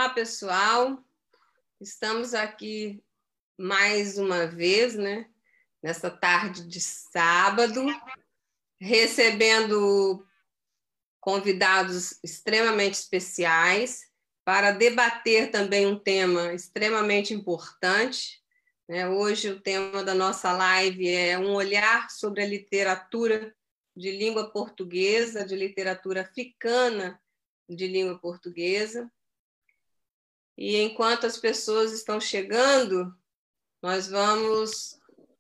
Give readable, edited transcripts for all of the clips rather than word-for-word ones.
Olá, pessoal. Estamos aqui mais uma vez, né, nessa tarde de sábado, recebendo convidados extremamente especiais para debater também um tema extremamente importante, né? Hoje o tema da nossa live é um olhar sobre a literatura de língua portuguesa, de literatura africana de língua portuguesa. E enquanto as pessoas estão chegando, nós vamos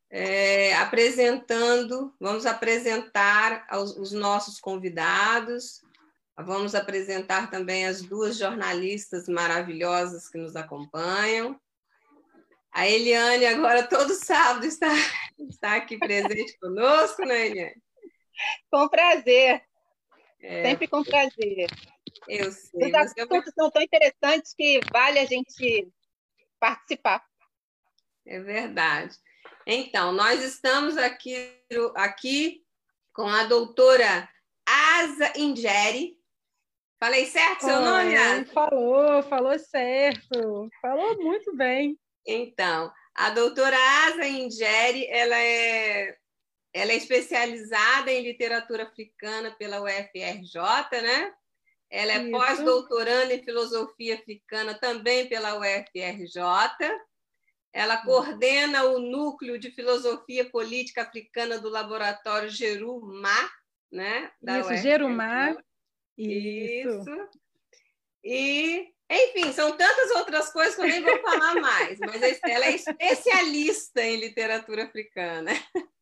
vamos apresentar os nossos convidados, vamos apresentar também as duas jornalistas maravilhosas que nos acompanham. A Eliane, agora todo sábado, está aqui presente conosco, né, Eliane? Com prazer, sempre com prazer. Eu sei. Os assuntos são tão interessantes que vale a gente participar. É verdade. Então, nós estamos aqui com a doutora Asa Ingeri. Falei certo seu nome, Asa? Falou certo. Falou muito bem. Então, a doutora Asa Ingeri, ela é especializada em literatura africana pela UFRJ, né? Ela é pós-doutoranda em filosofia africana também pela UFRJ. Ela coordena o núcleo de filosofia política africana do laboratório Gerumá, né? Da UFRJ. Gerumá. Isso. E, enfim, são tantas outras coisas que eu nem vou falar mais, mas ela é especialista em literatura africana.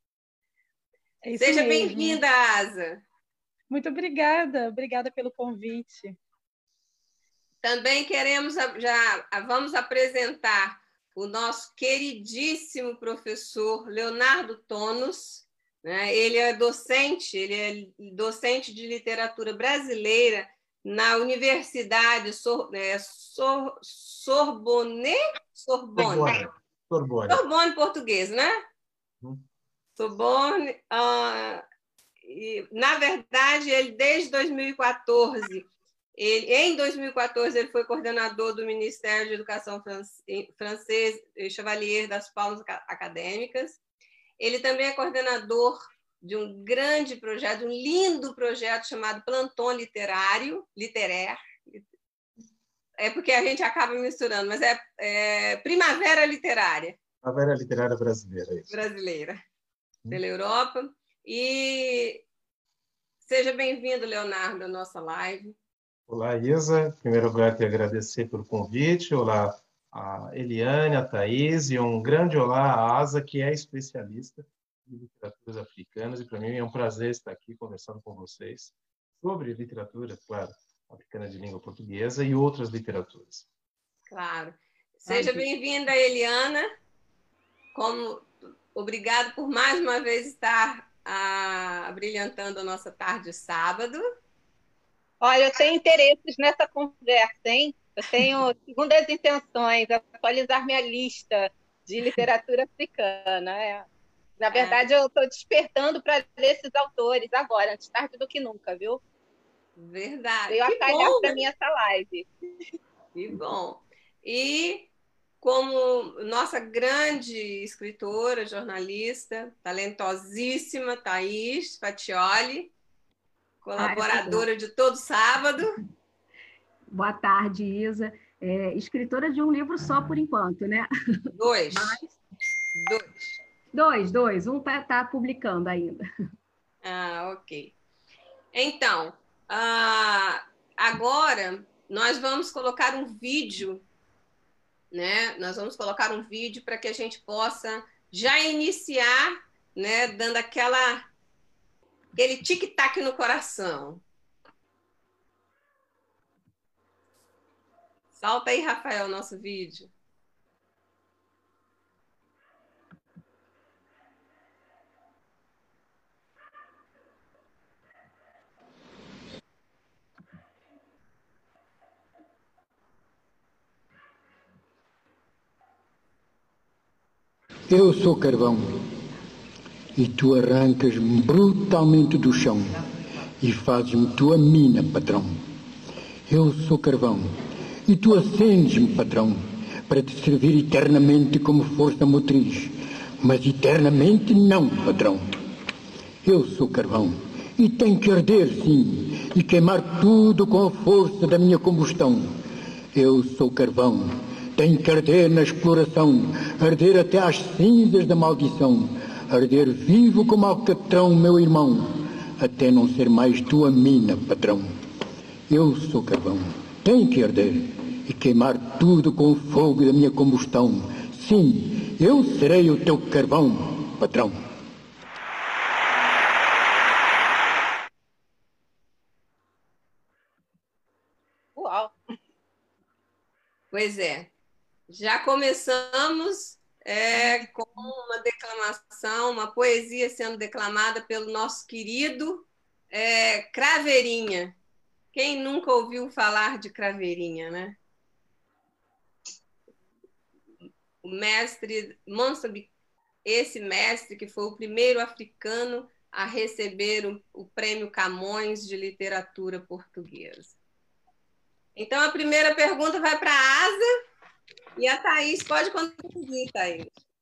Seja bem-vinda, Asa. Muito obrigada pelo convite. Também vamos apresentar o nosso queridíssimo professor Leonardo Tonos, né? Ele é docente de literatura brasileira na Universidade Sorbonne português, né? Sorbonne. Na verdade, ele desde 2014, em 2014 ele foi coordenador do Ministério de Educação francês, Chevalier das Palmas Acadêmicas. Ele também é coordenador de um grande projeto, um lindo projeto chamado Planton Literaire. É porque a gente acaba misturando, mas é Primavera Literária. Primavera Literária Brasileira. Isso. Brasileira, pela Europa. E seja bem-vindo, Leonardo, à nossa live. Olá, Isa. Em primeiro lugar, quero agradecer pelo convite. Olá, a Eliane, a Thaís, e um grande olá à Asa, que é especialista em literaturas africanas. E para mim é um prazer estar aqui conversando com vocês sobre literatura, claro, africana de língua portuguesa e outras literaturas. Claro. Seja bem-vinda, Eliana. Obrigado por mais uma vez estar brilhantando a nossa tarde de sábado. Olha, eu tenho interesses nessa conversa, hein? Eu tenho, segundo as intenções, atualizar minha lista de literatura africana. Na verdade, eu estou despertando para ler esses autores agora, antes tarde do que nunca, viu? Verdade. Veio a calhar para mim essa live. Que bom. E como nossa grande escritora, jornalista, talentosíssima Thaís Fatioli, colaboradora de todo sábado. Boa tarde, Isa. Escritora de um livro só por enquanto, né? Dois. Dois. Um está publicando ainda. Ok. Então, agora nós vamos colocar um vídeo, né? Nós vamos colocar um vídeo para que a gente possa já iniciar, né? Dando aquele tic-tac no coração. Solta aí, Rafael, nosso vídeo. Eu sou carvão e tu arrancas-me brutalmente do chão e fazes-me tua mina, patrão. Eu sou carvão e tu acendes-me, patrão, para te servir eternamente como força motriz. Mas eternamente não, patrão. Eu sou carvão e tenho que arder, sim, e queimar tudo com a força da minha combustão. Eu sou carvão, tenho que arder na exploração, arder até às cinzas da maldição, arder vivo como alcatrão, meu irmão, até não ser mais tua mina, patrão. Eu sou carvão, tenho que arder e queimar tudo com o fogo da minha combustão. Sim, eu serei o teu carvão, patrão. Uau! Pois é, já começamos com uma declamação, uma poesia sendo declamada pelo nosso querido Craveirinha. Quem nunca ouviu falar de Craveirinha, né? O mestre Moçambique, esse mestre que foi o primeiro africano a receber o Prêmio Camões de Literatura Portuguesa. Então, a primeira pergunta vai para a Asa e a Thaís pode conduzir, Thaís.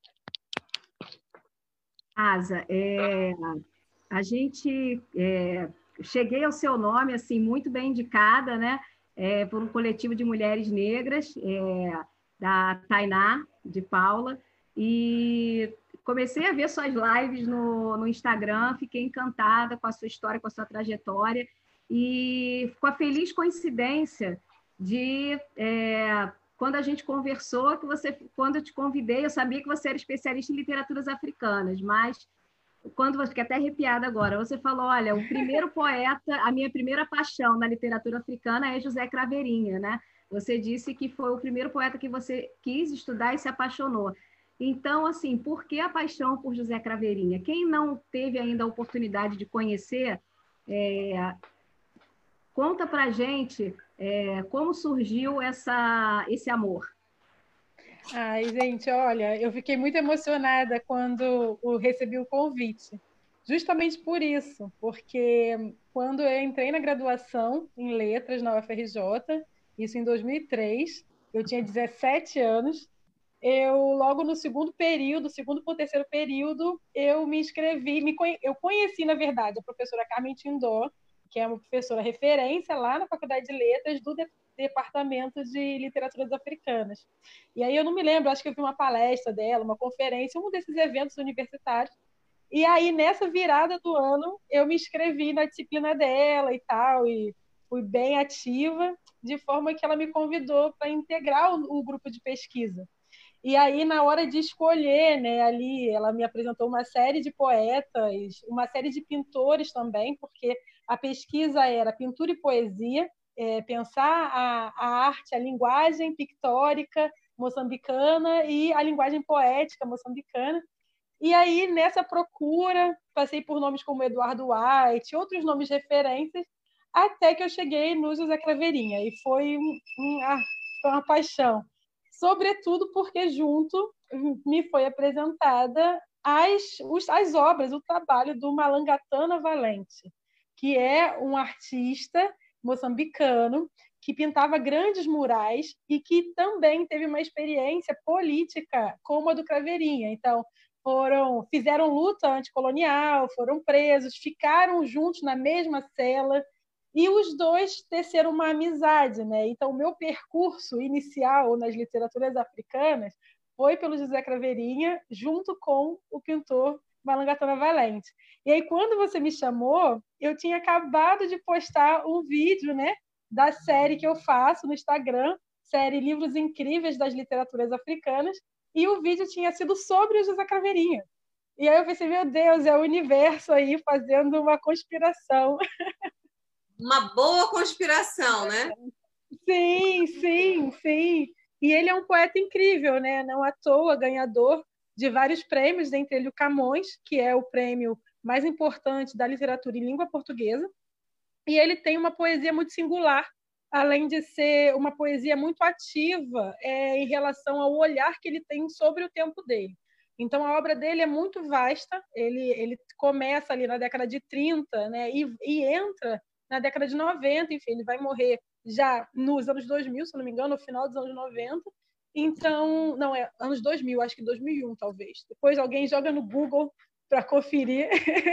Asa, a gente... cheguei ao seu nome, assim, muito bem indicada, né? Por um coletivo de mulheres negras, da Tainá, de Paula, e comecei a ver suas lives no Instagram, fiquei encantada com a sua história, com a sua trajetória, e com a feliz coincidência de, quando a gente conversou, quando eu te convidei, eu sabia que você era especialista em literaturas africanas, mas quando você, fiquei até arrepiada agora, você falou, olha, o primeiro poeta, a minha primeira paixão na literatura africana é José Craveirinha, né? Você disse que foi o primeiro poeta que você quis estudar e se apaixonou. Então, assim, por que a paixão por José Craveirinha? Quem não teve ainda a oportunidade de conhecer, conta para a gente como surgiu esse amor. Ai, gente, olha, eu fiquei muito emocionada quando eu recebi o convite. Justamente por isso, porque quando eu entrei na graduação em letras na UFRJ, isso em 2003, eu tinha 17 anos, logo no segundo para o terceiro período, eu me inscrevi, eu conheci, na verdade, a professora Carmen Tindó, que é uma professora referência lá na Faculdade de Letras do Departamento de Literaturas Africanas. E aí eu não me lembro, acho que eu vi uma palestra dela, uma conferência, um desses eventos universitários. E aí, nessa virada do ano, eu me inscrevi na disciplina dela e tal, e fui bem ativa, de forma que ela me convidou para integrar o grupo de pesquisa. E aí, na hora de escolher, né, ali, ela me apresentou uma série de poetas, uma série de pintores também, porque a pesquisa era pintura e poesia, pensar a arte, a linguagem pictórica moçambicana e a linguagem poética moçambicana. E aí, nessa procura, passei por nomes como Eduardo White, outros nomes referências, até que eu cheguei no José Craveirinha. E foi uma paixão. Sobretudo porque junto me foi apresentada as obras, o trabalho do Malangatana Valente, que é um artista moçambicano que pintava grandes murais e que também teve uma experiência política como a do Craveirinha. Então, fizeram luta anticolonial, foram presos, ficaram juntos na mesma cela, e os dois teceram uma amizade, né? Então, o meu percurso inicial nas literaturas africanas foi pelo José Craveirinha, junto com o pintor Malangatana Valente. E aí, quando você me chamou, eu tinha acabado de postar um vídeo, né, da série que eu faço no Instagram, série Livros Incríveis das Literaturas Africanas, e o vídeo tinha sido sobre o José Craveirinha. E aí eu pensei, meu Deus, é o universo aí fazendo uma conspiração. Uma boa conspiração, né? Sim, sim, sim. E ele é um poeta incrível, né? Não à toa, ganhador de vários prêmios, dentre eles o Camões, que é o prêmio mais importante da literatura em língua portuguesa. E ele tem uma poesia muito singular, além de ser uma poesia muito ativa em relação ao olhar que ele tem sobre o tempo dele. Então, a obra dele é muito vasta, ele começa ali na década de 30, né, e entra na década de 90, enfim, ele vai morrer já nos anos 2000, se não me engano, no final dos anos 90. Então, não, anos 2000, acho que 2001, talvez. Depois alguém joga no Google para conferir.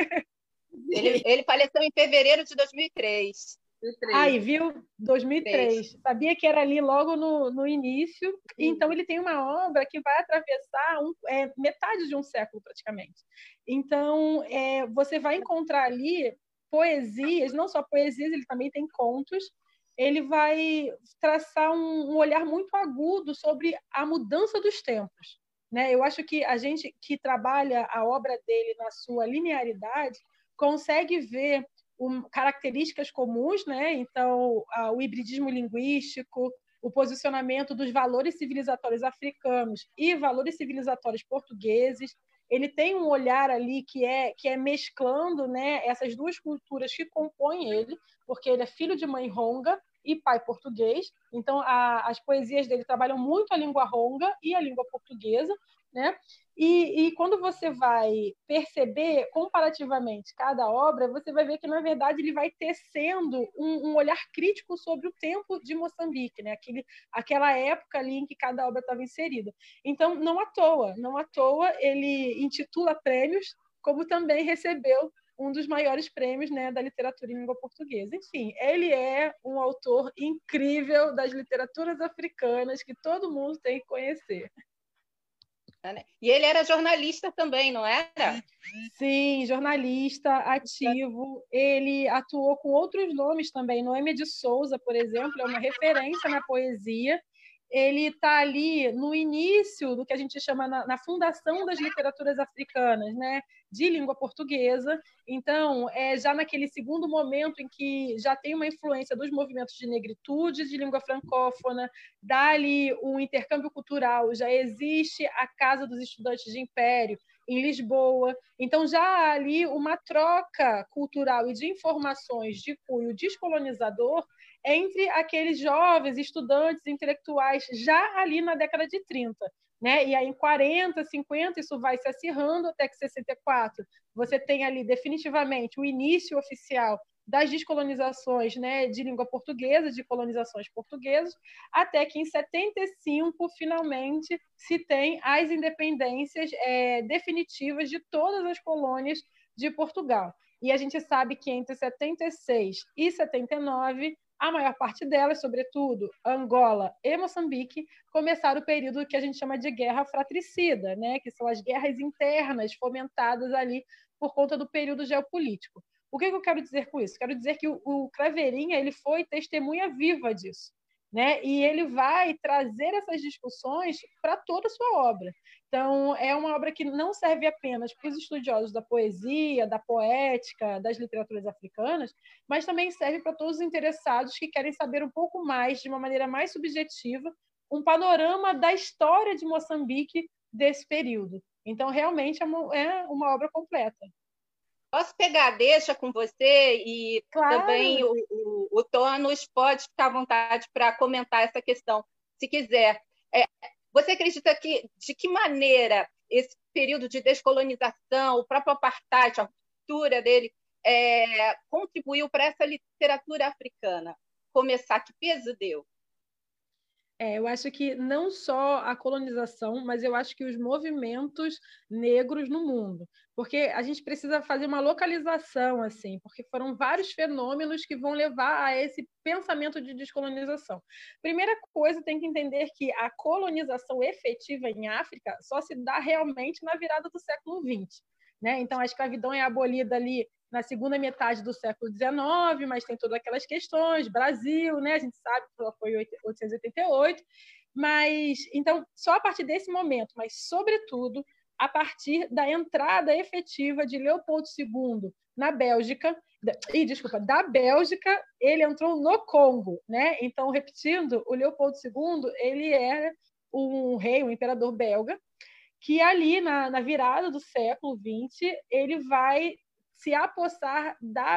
Ele faleceu em fevereiro de 2003. Aí, viu? 2003. Sabia que era ali logo no início. Então, ele tem uma obra que vai atravessar metade de um século, praticamente. Então, você vai encontrar ali poesias, não só poesias, ele também tem contos. Ele vai traçar um olhar muito agudo sobre a mudança dos tempos, né? Eu acho que a gente que trabalha a obra dele na sua linearidade consegue ver características comuns, né? Então, o hibridismo linguístico, o posicionamento dos valores civilizatórios africanos e valores civilizatórios portugueses. Ele tem um olhar ali que é mesclando, né, essas duas culturas que compõem ele, porque ele é filho de mãe ronga e pai português. Então, as poesias dele trabalham muito a língua ronga e a língua portuguesa, né? E quando você vai perceber comparativamente cada obra, você vai ver que, na verdade, ele vai tecendo um olhar crítico sobre o tempo de Moçambique, né? Aquela época ali em que cada obra estava inserida. Então, não à toa, ele intitula prêmios, como também recebeu um dos maiores prêmios, né, da literatura em língua portuguesa. Enfim, ele é um autor incrível das literaturas africanas que todo mundo tem que conhecer. E ele era jornalista também, não era? Sim, jornalista, ativo. Ele atuou com outros nomes também. Noêmia de Souza, por exemplo, é uma referência na poesia. Ele está ali no início do que a gente chama na fundação das literaturas africanas, né, de língua portuguesa. Então, já naquele segundo momento em que já tem uma influência dos movimentos de negritude, de língua francófona, dá ali um intercâmbio cultural, já existe a Casa dos Estudantes de Império, em Lisboa. Então, já há ali uma troca cultural e de informações de cunho descolonizador entre aqueles jovens estudantes intelectuais já ali na década de 30. Né? E aí, em 40, 50, isso vai se acirrando até que 64 você tem ali definitivamente o início oficial das descolonizações, né, de língua portuguesa, de colonizações portuguesas, até que em 75, finalmente, se tem as independências definitivas de todas as colônias de Portugal. E a gente sabe que entre 76 e 79, a maior parte delas, sobretudo Angola e Moçambique, começaram o período que a gente chama de guerra fratricida, né? Que são as guerras internas fomentadas ali por conta do período geopolítico. O que eu quero dizer com isso? Quero dizer que o Craveirinha ele foi testemunha viva disso, né? E ele vai trazer essas discussões para toda a sua obra. Então, é uma obra que não serve apenas para os estudiosos da poesia, da poética, das literaturas africanas, mas também serve para todos os interessados que querem saber um pouco mais, de uma maneira mais subjetiva, um panorama da história de Moçambique desse período. Então, realmente é uma obra completa. Posso pegar a deixa com você e claro. Também o Tônus pode ficar à vontade para comentar essa questão, se quiser. Você acredita que, de que maneira esse período de descolonização, o próprio apartheid, a ruptura dele, contribuiu para essa literatura africana começar? Que peso deu? Eu acho que não só a colonização, mas eu acho que os movimentos negros no mundo. Porque a gente precisa fazer uma localização, assim, porque foram vários fenômenos que vão levar a esse pensamento de descolonização. Primeira coisa, tem que entender que a colonização efetiva em África só se dá realmente na virada do século XX. Né? Então, a escravidão é abolida ali na segunda metade do século XIX, mas tem todas aquelas questões, Brasil, né? A gente sabe que ela foi em 1888, mas, então, só a partir desse momento, mas, sobretudo, a partir da entrada efetiva de Leopoldo II na Bélgica, da Bélgica, ele entrou no Congo, né? Então, repetindo, o Leopoldo II, ele era um rei, um imperador belga, que ali, na virada do século XX, ele vai se apossar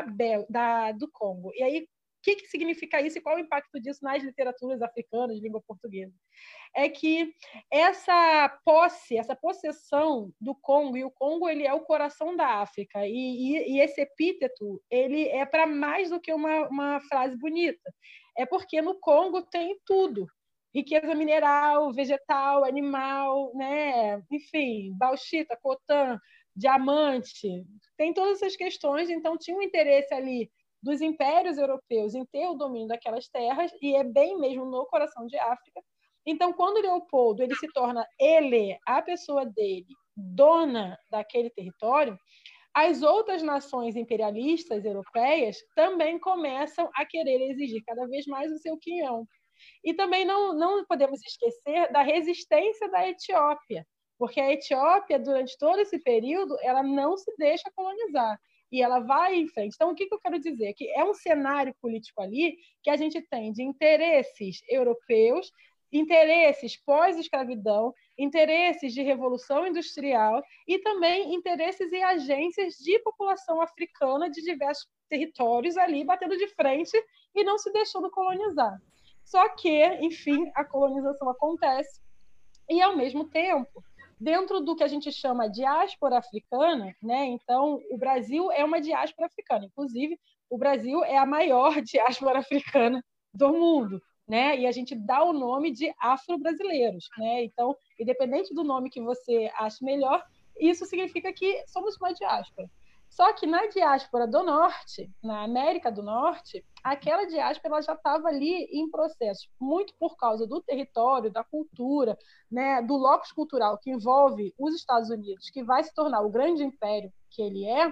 do Congo. E aí, o que significa isso e qual o impacto disso nas literaturas africanas de língua portuguesa? É que essa possessão do Congo, e o Congo ele é o coração da África, e esse epíteto ele é para mais do que uma frase bonita. é porque no Congo tem tudo. Riqueza mineral, vegetal, animal, né? Enfim, bauxita, coltan, diamante, tem todas essas questões, então tinha um interesse ali dos impérios europeus em ter o domínio daquelas terras, e é bem mesmo no coração de África. Então, quando Leopoldo ele se torna a pessoa dele, dona daquele território, as outras nações imperialistas europeias também começam a querer exigir cada vez mais o seu quinhão. E também não podemos esquecer da resistência da Etiópia, porque a Etiópia, durante todo esse período, ela não se deixa colonizar e ela vai em frente. Então, o que eu quero dizer? Que é um cenário político ali que a gente tem de interesses europeus, interesses pós-escravidão, interesses de revolução industrial e também interesses e agências de população africana de diversos territórios ali batendo de frente e não se deixando colonizar. Só que, enfim, a colonização acontece e, ao mesmo tempo, dentro do que a gente chama de diáspora africana, né? Então, o Brasil é uma diáspora africana. Inclusive, o Brasil é a maior diáspora africana do mundo, né? E a gente dá o nome de afro-brasileiros, né? Então, independente do nome que você ache melhor, isso significa que somos uma diáspora. Só que na diáspora do Norte, na América do Norte, aquela diáspora já estava ali em processo, muito por causa do território, da cultura, né, do locus cultural que envolve os Estados Unidos, que vai se tornar o grande império que ele é.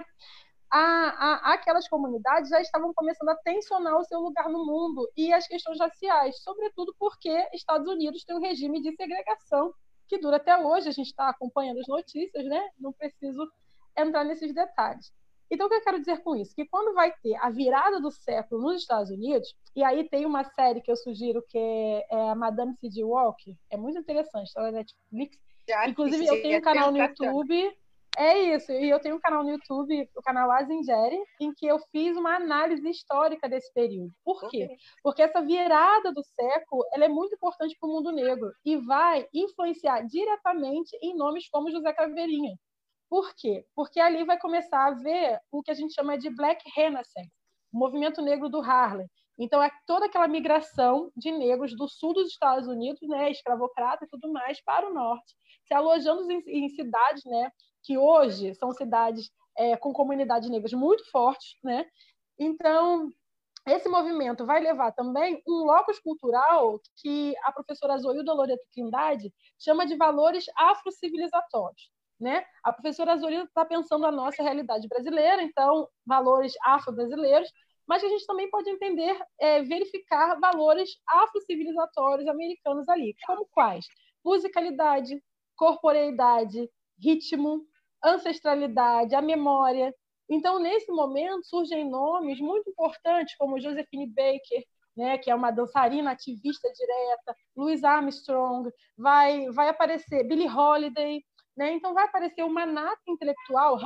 Aquelas comunidades já estavam começando a tensionar o seu lugar no mundo e as questões raciais, sobretudo porque Estados Unidos tem um regime de segregação que dura até hoje, a gente está acompanhando as notícias, né? Não preciso entrar nesses detalhes. Então, o que eu quero dizer com isso? Que quando vai ter a virada do século nos Estados Unidos, e aí tem uma série que eu sugiro que é a Madame C.J. Walker, é muito interessante, está na Netflix. Inclusive, eu tenho um canal no YouTube, e eu tenho um canal no YouTube, o canal Azingeri, em que eu fiz uma análise histórica desse período. Por quê? Porque essa virada do século ela é muito importante para o mundo negro e vai influenciar diretamente em nomes como José Caveirinha. Por quê? Porque ali vai começar a ver o que a gente chama de Black Renaissance, o movimento negro do Harlem. Então, é toda aquela migração de negros do sul dos Estados Unidos, né, escravocrata e tudo mais, para o norte, se alojando em cidades, né, que hoje são cidades com comunidades negras muito fortes, né? Então, esse movimento vai levar também um locus cultural que a professora Zoilda Loreto Trindade chama de valores afrocivilizatórios. Né? A professora Zoilda está pensando a nossa realidade brasileira, então, valores afro-brasileiros, mas a gente também pode entender, verificar valores afrocivilizatórios americanos ali, como quais? Musicalidade, corporeidade, ritmo, ancestralidade, a memória. Então, nesse momento, surgem nomes muito importantes, como Josephine Baker, né, que é uma dançarina ativista direta, Louis Armstrong, vai aparecer Billie Holiday, né? Então, vai aparecer uma nata intelectual,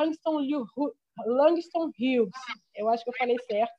Langston Hughes, eu acho que eu falei certo,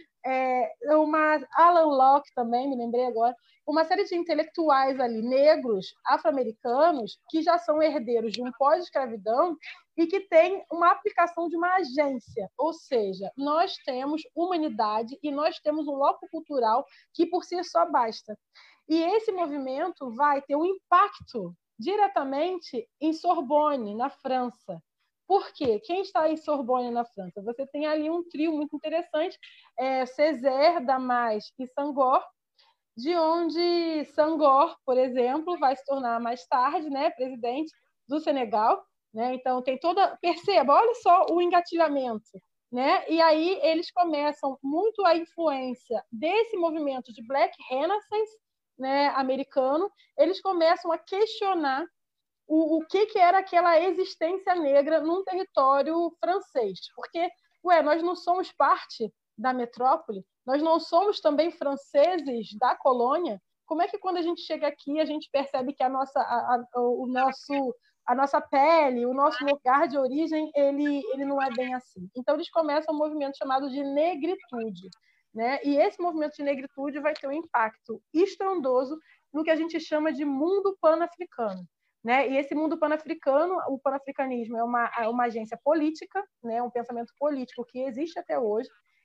uma Alan Locke também, me lembrei agora, uma série de intelectuais ali, negros, afro-americanos, que já são herdeiros de um pós-escravidão e que têm uma aplicação de uma agência, ou seja, nós temos humanidade e nós temos um loco cultural que por si só basta. E esse movimento vai ter um impacto diretamente em Sorbonne, na França. Por quê? Quem está em Sorbonne, na França? Você tem ali um trio muito interessante, Césaire, Damas e Senghor, de onde Senghor, por exemplo, vai se tornar mais tarde, né, presidente do Senegal. Né? Então, tem toda... Perceba, olha só o engatilhamento. Né? E aí eles começam muito a influência desse movimento de Black Renaissance, né, americano, eles começam a questionar o que era aquela existência negra num território francês. Porque, nós não somos parte da metrópole, nós não somos também franceses da colônia. Como é que quando a gente chega aqui, a gente percebe que a nossa pele, o nosso lugar de origem, ele não é bem assim? Então, eles começam um movimento chamado de negritude. Né? E esse movimento de negritude vai ter um impacto estrondoso no que a gente chama de mundo pan-africano. Né? E esse mundo pan-africano, o pan-africanismo é uma agência política, né? Um pensamento político que existe até hoje,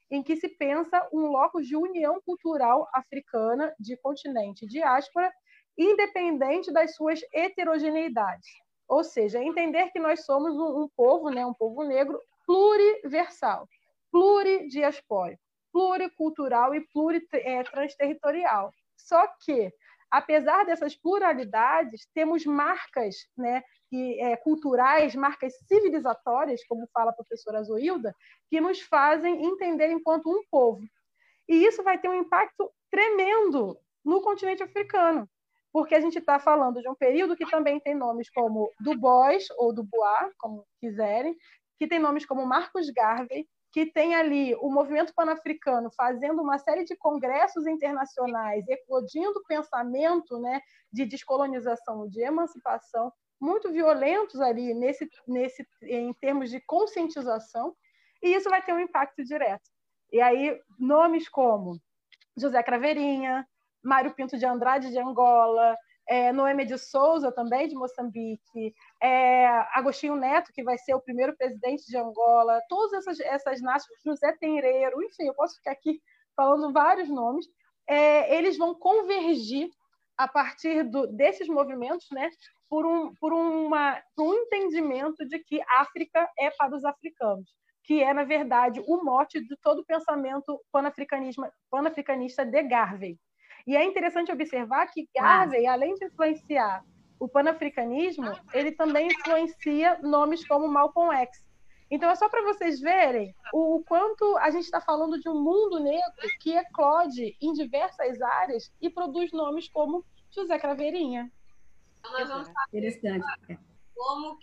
em que se pensa um locus de união cultural africana de continente e diáspora, independente das suas heterogeneidades. Ou seja, entender que nós somos um povo, né, um povo negro pluriversal, pluridiaspórico, pluricultural e pluritransterritorial. Só que, apesar dessas pluralidades, temos marcas, né, culturais, marcas civilizatórias, como fala a professora Zoilda, que nos fazem entender enquanto um povo. E isso vai ter um impacto tremendo no continente africano, porque a gente está falando de um período que também tem nomes como Du Bois, ou Dubois, como quiserem, que tem nomes como Marcus Garvey, que tem ali o movimento pan-africano fazendo uma série de congressos internacionais, eclodindo pensamento, né, de descolonização, de emancipação, muito violentos ali em termos de conscientização, e isso vai ter um impacto direto. E aí, nomes como José Craveirinha, Mário Pinto de Andrade, de Angola, Noêmia de Souza, também, de Moçambique, Agostinho Neto, que vai ser o primeiro presidente de Angola, todas essas nações, José Tenreiro, enfim, eu posso ficar aqui falando vários nomes, eles vão convergir a partir desses movimentos, né, por um entendimento de que África é para os africanos, que é, na verdade, o mote de todo o pensamento panafricanista de Garvey. E é interessante observar que Garvey, além de influenciar o panafricanismo, ele também influencia nomes como Malcolm X. Então, é só para vocês verem o quanto a gente está falando de um mundo negro que eclode em diversas áreas e produz nomes como José Craveirinha. Então, nós vamos saber como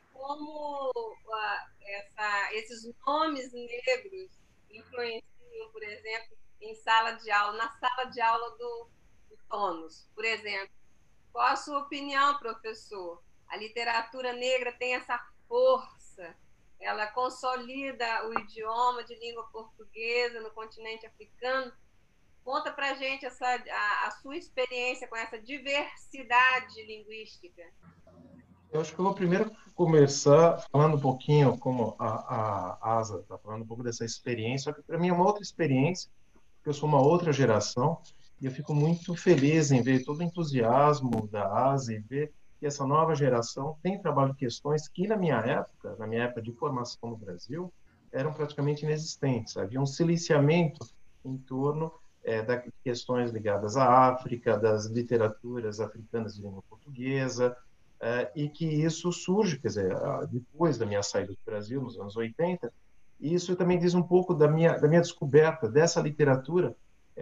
esses nomes negros influenciam, por exemplo, em sala de aula, na sala de aula do Tônus, por exemplo. Qual a sua opinião, professor? A literatura negra tem essa força, ela consolida o idioma de língua portuguesa no continente africano. Conta para a gente a sua experiência com essa diversidade linguística. Eu acho que eu vou primeiro começar falando um pouquinho, como a Asa está falando, um pouco dessa experiência, que para mim é uma outra experiência, porque eu sou uma outra geração, e eu fico muito feliz em ver todo o entusiasmo da Asa e ver que essa nova geração tem trabalho de questões que, na minha época de formação no Brasil, eram praticamente inexistentes. Havia um silenciamento em torno das questões ligadas à África, das literaturas africanas de língua portuguesa, e que isso surge, quer dizer, depois da minha saída do Brasil, nos anos 80, e isso também diz um pouco da minha descoberta dessa literatura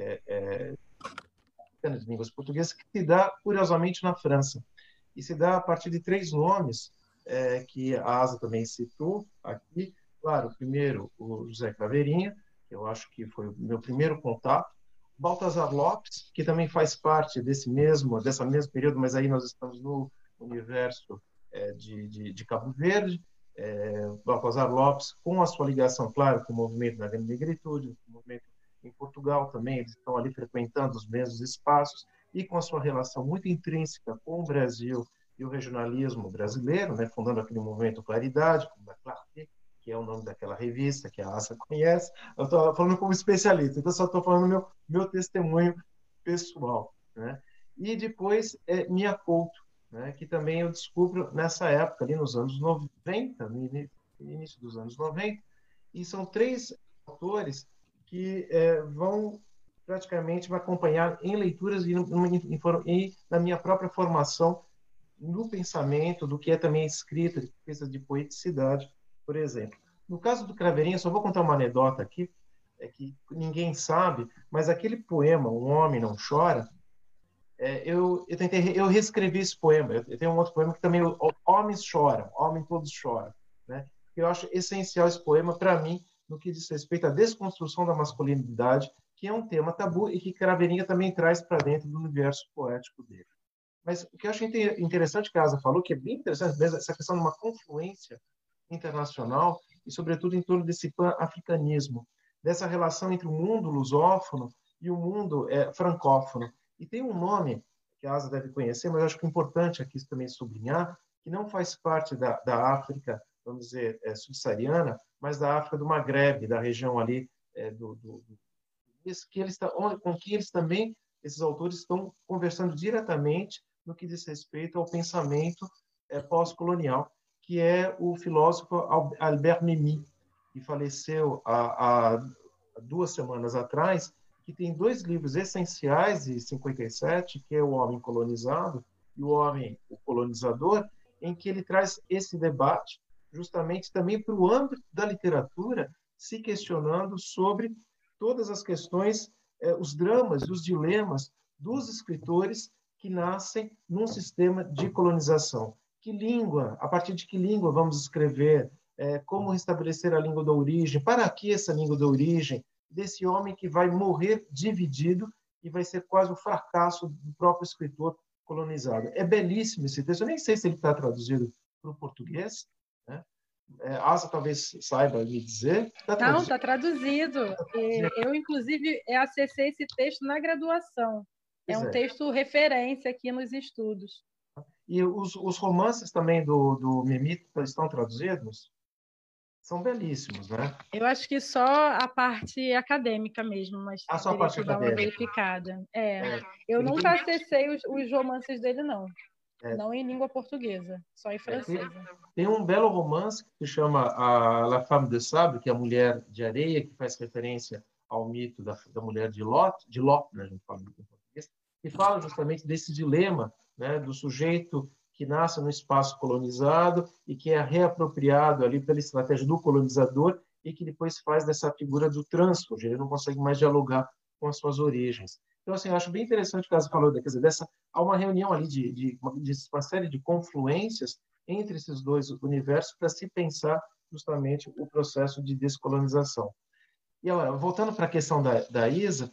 de línguas portuguesas, que se dá, curiosamente, na França. E se dá a partir de 3 nomes que a Asa também citou aqui. Claro, primeiro, o José Craveirinha, que eu acho que foi o meu primeiro contato. Baltazar Lopes, que também faz parte desse mesmo período, mas aí nós estamos no universo de Cabo Verde. Baltazar Lopes, com a sua ligação, claro, com o movimento da negritude, o movimento em Portugal também, eles estão ali frequentando os mesmos espaços, e com a sua relação muito intrínseca com o Brasil e o regionalismo brasileiro, né, fundando aquele movimento Claridade, como da Clarté, que é o nome daquela revista que a Asa conhece. Eu estou falando como especialista, então só estou falando meu testemunho pessoal, né? E depois Mia Couto, né, que também eu descubro nessa época, ali nos anos 90, no início dos anos 90, e são 3 autores que vão praticamente me acompanhar em leituras e na minha própria formação no pensamento, do que é também escrita, de pesquisa de poeticidade, por exemplo. No caso do Craveirinha, só vou contar uma anedota aqui, que ninguém sabe, mas aquele poema, Um Homem Não Chora, eu reescrevi esse poema. Eu tenho um outro poema que também, Homens Choram, Homem Todos Choram, né? Eu acho essencial esse poema para mim, no que diz respeito à desconstrução da masculinidade, que é um tema tabu e que Craveirinha também traz para dentro do universo poético dele. Mas o que eu acho interessante que a Asa falou, que é bem interessante mesmo, essa questão de uma confluência internacional e, sobretudo, em torno desse pan-africanismo, dessa relação entre o mundo lusófono e o mundo francófono. E tem um nome que a Asa deve conhecer, mas eu acho que é importante aqui também sublinhar, que não faz parte da África, vamos dizer, subsaariana, mas da África do Magrebe, da região ali com que eles também, esses autores, estão conversando diretamente no que diz respeito ao pensamento pós-colonial, que é o filósofo Albert Memmi, que faleceu há 2 semanas atrás, que tem 2 livros essenciais de 57, que é O Homem Colonizado e O Homem o Colonizador, em que ele traz esse debate justamente também para o âmbito da literatura, se questionando sobre todas as questões, os dramas, os dilemas dos escritores que nascem num sistema de colonização. Que língua, a partir de que língua vamos escrever, como restabelecer a língua da origem, para que essa língua da origem, desse homem que vai morrer dividido e vai ser quase o fracasso do próprio escritor colonizado. É belíssimo esse texto, eu nem sei se ele está traduzido para o português, né? Asa talvez saiba me dizer. Não, está traduzido. Eu, inclusive, acessei esse texto na graduação. É um texto referência aqui nos estudos. E os romances também do Memmi estão traduzidos? São belíssimos, né? Eu acho que só a parte acadêmica mesmo, mas só a parte teria que dar uma verificada. Eu nunca acessei os romances dele, não. Não em língua portuguesa, só em francesa. Tem um belo romance que se chama La Femme de Sable, que é a Mulher de Areia, que faz referência ao mito da mulher de Lot, né, a gente fala em português, que fala justamente desse dilema, né, do sujeito que nasce no espaço colonizado e que é reapropriado ali pela estratégia do colonizador e que depois faz dessa figura do trânsfuge, ele não consegue mais dialogar com as suas origens. Então, assim, eu acho bem interessante o que você falou, quer dizer, há uma reunião ali de uma série de confluências entre esses 2 universos para se pensar justamente o processo de descolonização. E agora, voltando para a questão da Isa,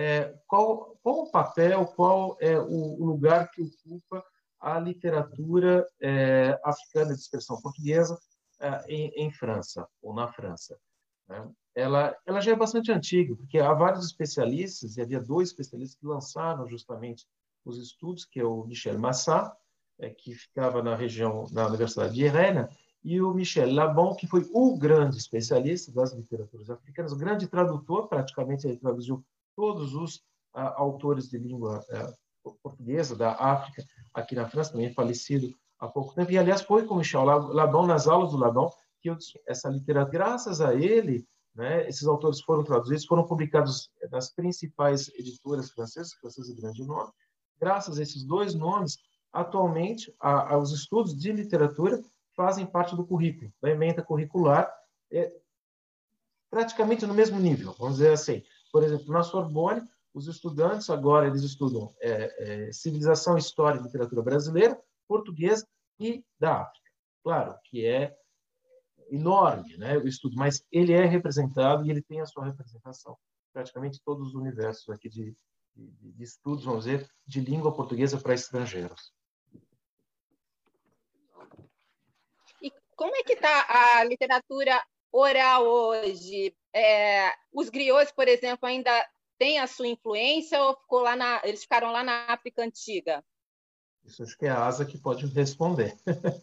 qual o papel, qual é o lugar que ocupa a literatura africana de expressão portuguesa em França, ou na França, né? Ela já é bastante antiga, porque há vários especialistas, e havia 2 especialistas que lançaram justamente os estudos, que é o Michel Massat, que ficava na Universidade de Rennes, e o Michel Labon, que foi o grande especialista das literaturas africanas, o grande tradutor, praticamente ele traduziu todos os autores de língua portuguesa da África, aqui na França, também falecido há pouco tempo, e aliás foi com o Michel Labon, nas aulas do Labon, que essa literatura, graças a ele, né, esses autores foram traduzidos, foram publicados nas principais editoras francesas de grande nome. Graças a esses 2 nomes, atualmente, os estudos de literatura fazem parte do currículo, da ementa curricular, praticamente no mesmo nível, vamos dizer assim. Por exemplo, na Sorbonne, os estudantes agora eles estudam civilização, história e literatura brasileira, portuguesa e da África. Claro que é enorme, né, o estudo, mas ele é representado e ele tem a sua representação praticamente todos os universos aqui de estudos, vamos dizer, de língua portuguesa para estrangeiros. E como é que está a literatura oral hoje? Os griots, por exemplo, ainda têm a sua influência ou eles ficaram lá na África Antiga? Isso acho que é a Asa que pode responder.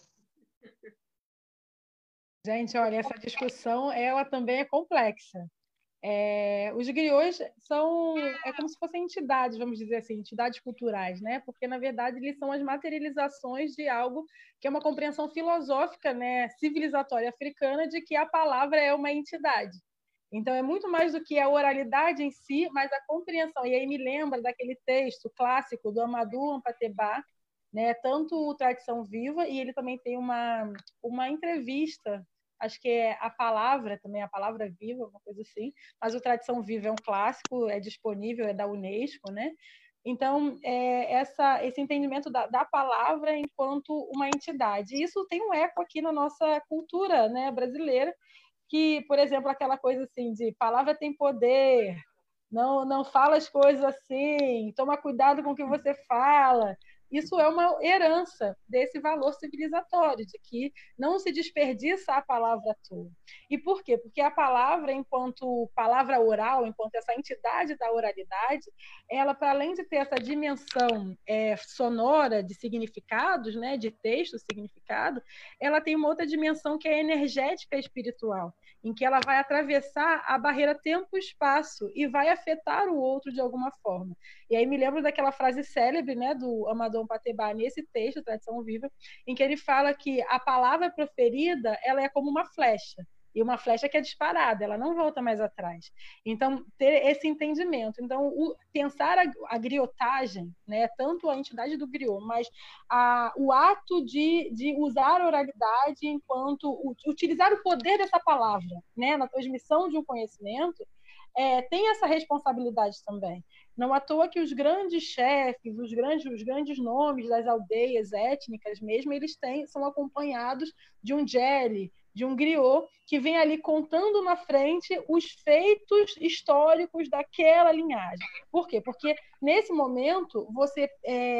Gente, olha, essa discussão ela também é complexa. Os griots são como se fossem entidades, vamos dizer assim, entidades culturais, né? Porque na verdade eles são as materializações de algo que é uma compreensão filosófica, né, civilizatória africana de que a palavra é uma entidade. Então é muito mais do que a oralidade em si, mas a compreensão. E aí me lembra daquele texto clássico do Amadou Hampâté-Bâ, né? Tanto o Tradição Viva, e ele também tem uma entrevista, acho que é A Palavra, também A Palavra Viva, uma coisa assim, mas o Tradição Viva é um clássico, é disponível, é da Unesco, né? Então, esse entendimento da palavra enquanto uma entidade. E isso tem um eco aqui na nossa cultura, né, brasileira, que, por exemplo, aquela coisa assim de palavra tem poder, não fala as coisas assim, toma cuidado com o que você fala, isso é uma herança desse valor civilizatório, de que não se desperdiça a palavra à toa. E por quê? Porque a palavra, enquanto palavra oral, enquanto essa entidade da oralidade, ela, para além de ter essa dimensão sonora de significados, né, de texto, significado, ela tem uma outra dimensão que é energética e espiritual, em que ela vai atravessar a barreira tempo-espaço e vai afetar o outro de alguma forma. E aí me lembro daquela frase célebre, né, do Amadou Patebá, nesse texto, Tradição Viva, em que ele fala que a palavra proferida, ela é como uma flecha, e uma flecha que é disparada, ela não volta mais atrás. Então, ter esse entendimento. Então, pensar a griotagem, né, tanto a entidade do griot, mas o ato de usar a oralidade enquanto utilizar o poder dessa palavra, né, na transmissão de um conhecimento, tem essa responsabilidade também. Não à toa que os grandes chefes, os grandes nomes das aldeias étnicas mesmo, eles são acompanhados de um jeli, de um griot, que vem ali contando na frente os feitos históricos daquela linhagem. Por quê? Porque, nesse momento, você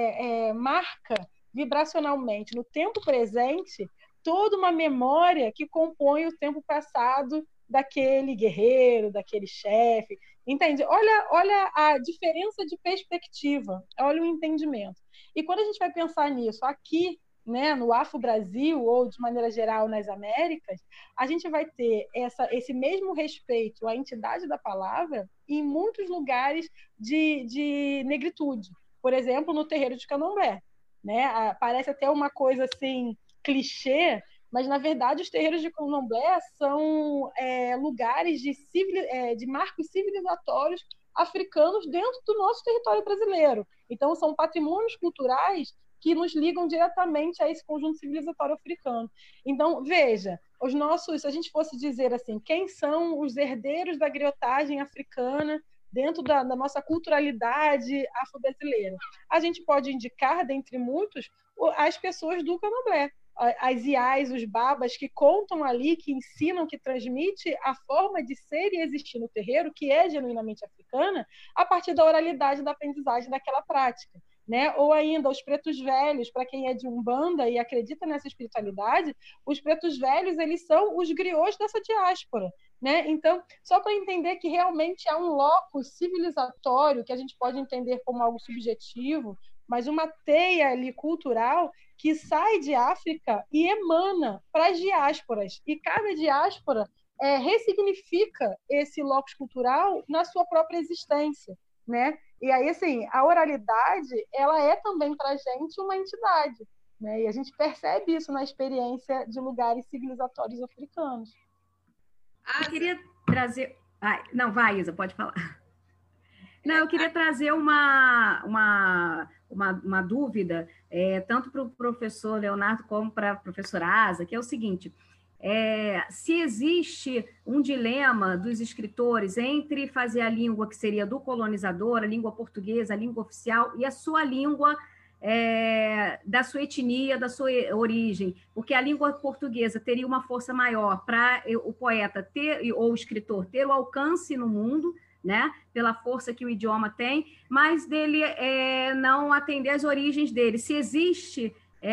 marca vibracionalmente, no tempo presente, toda uma memória que compõe o tempo passado daquele guerreiro, daquele chefe. Entende? Olha a diferença de perspectiva, olha o entendimento. E quando a gente vai pensar nisso aqui, né, no Afro-Brasil ou, de maneira geral, nas Américas, a gente vai ter esse mesmo respeito à entidade da palavra em muitos lugares de negritude. Por exemplo, no terreiro de Candomblé. Né? Parece até uma coisa assim, clichê, mas, na verdade, os terreiros de Candomblé são lugares de marcos civilizatórios africanos dentro do nosso território brasileiro. Então, são patrimônios culturais que nos ligam diretamente a esse conjunto civilizatório africano. Então, veja, se a gente fosse dizer assim, quem são os herdeiros da griotagem africana dentro da nossa culturalidade afro-brasileira? A gente pode indicar, dentre muitos, as pessoas do Candomblé, as iás, os babas, que contam ali, que ensinam, que transmitem a forma de ser e existir no terreiro, que é genuinamente africana, a partir da oralidade, da aprendizagem daquela prática. Né? Ou ainda os pretos velhos, para quem é de Umbanda e acredita nessa espiritualidade, os pretos velhos, eles são os griots dessa diáspora. Né? Então, só para entender que realmente há um locus civilizatório, que a gente pode entender como algo subjetivo, mas uma teia ali cultural que sai de África e emana para as diásporas. E cada diáspora ressignifica esse locus cultural na sua própria existência. Né? E aí, assim, a oralidade, ela é também para a gente uma entidade. Né? E a gente percebe isso na experiência de lugares civilizatórios africanos. Eu queria trazer... Não, vai, Isa, pode falar. Não, eu queria trazer uma dúvida, tanto para o professor Leonardo como para a professora Asa, que é o seguinte: se existe um dilema dos escritores entre fazer a língua que seria do colonizador, a língua portuguesa, a língua oficial, e a sua língua da sua etnia, da sua origem, porque a língua portuguesa teria uma força maior para o poeta ou o escritor ter o alcance no mundo, né, pela força que o idioma tem, mas dele não atender às origens dele. Se existe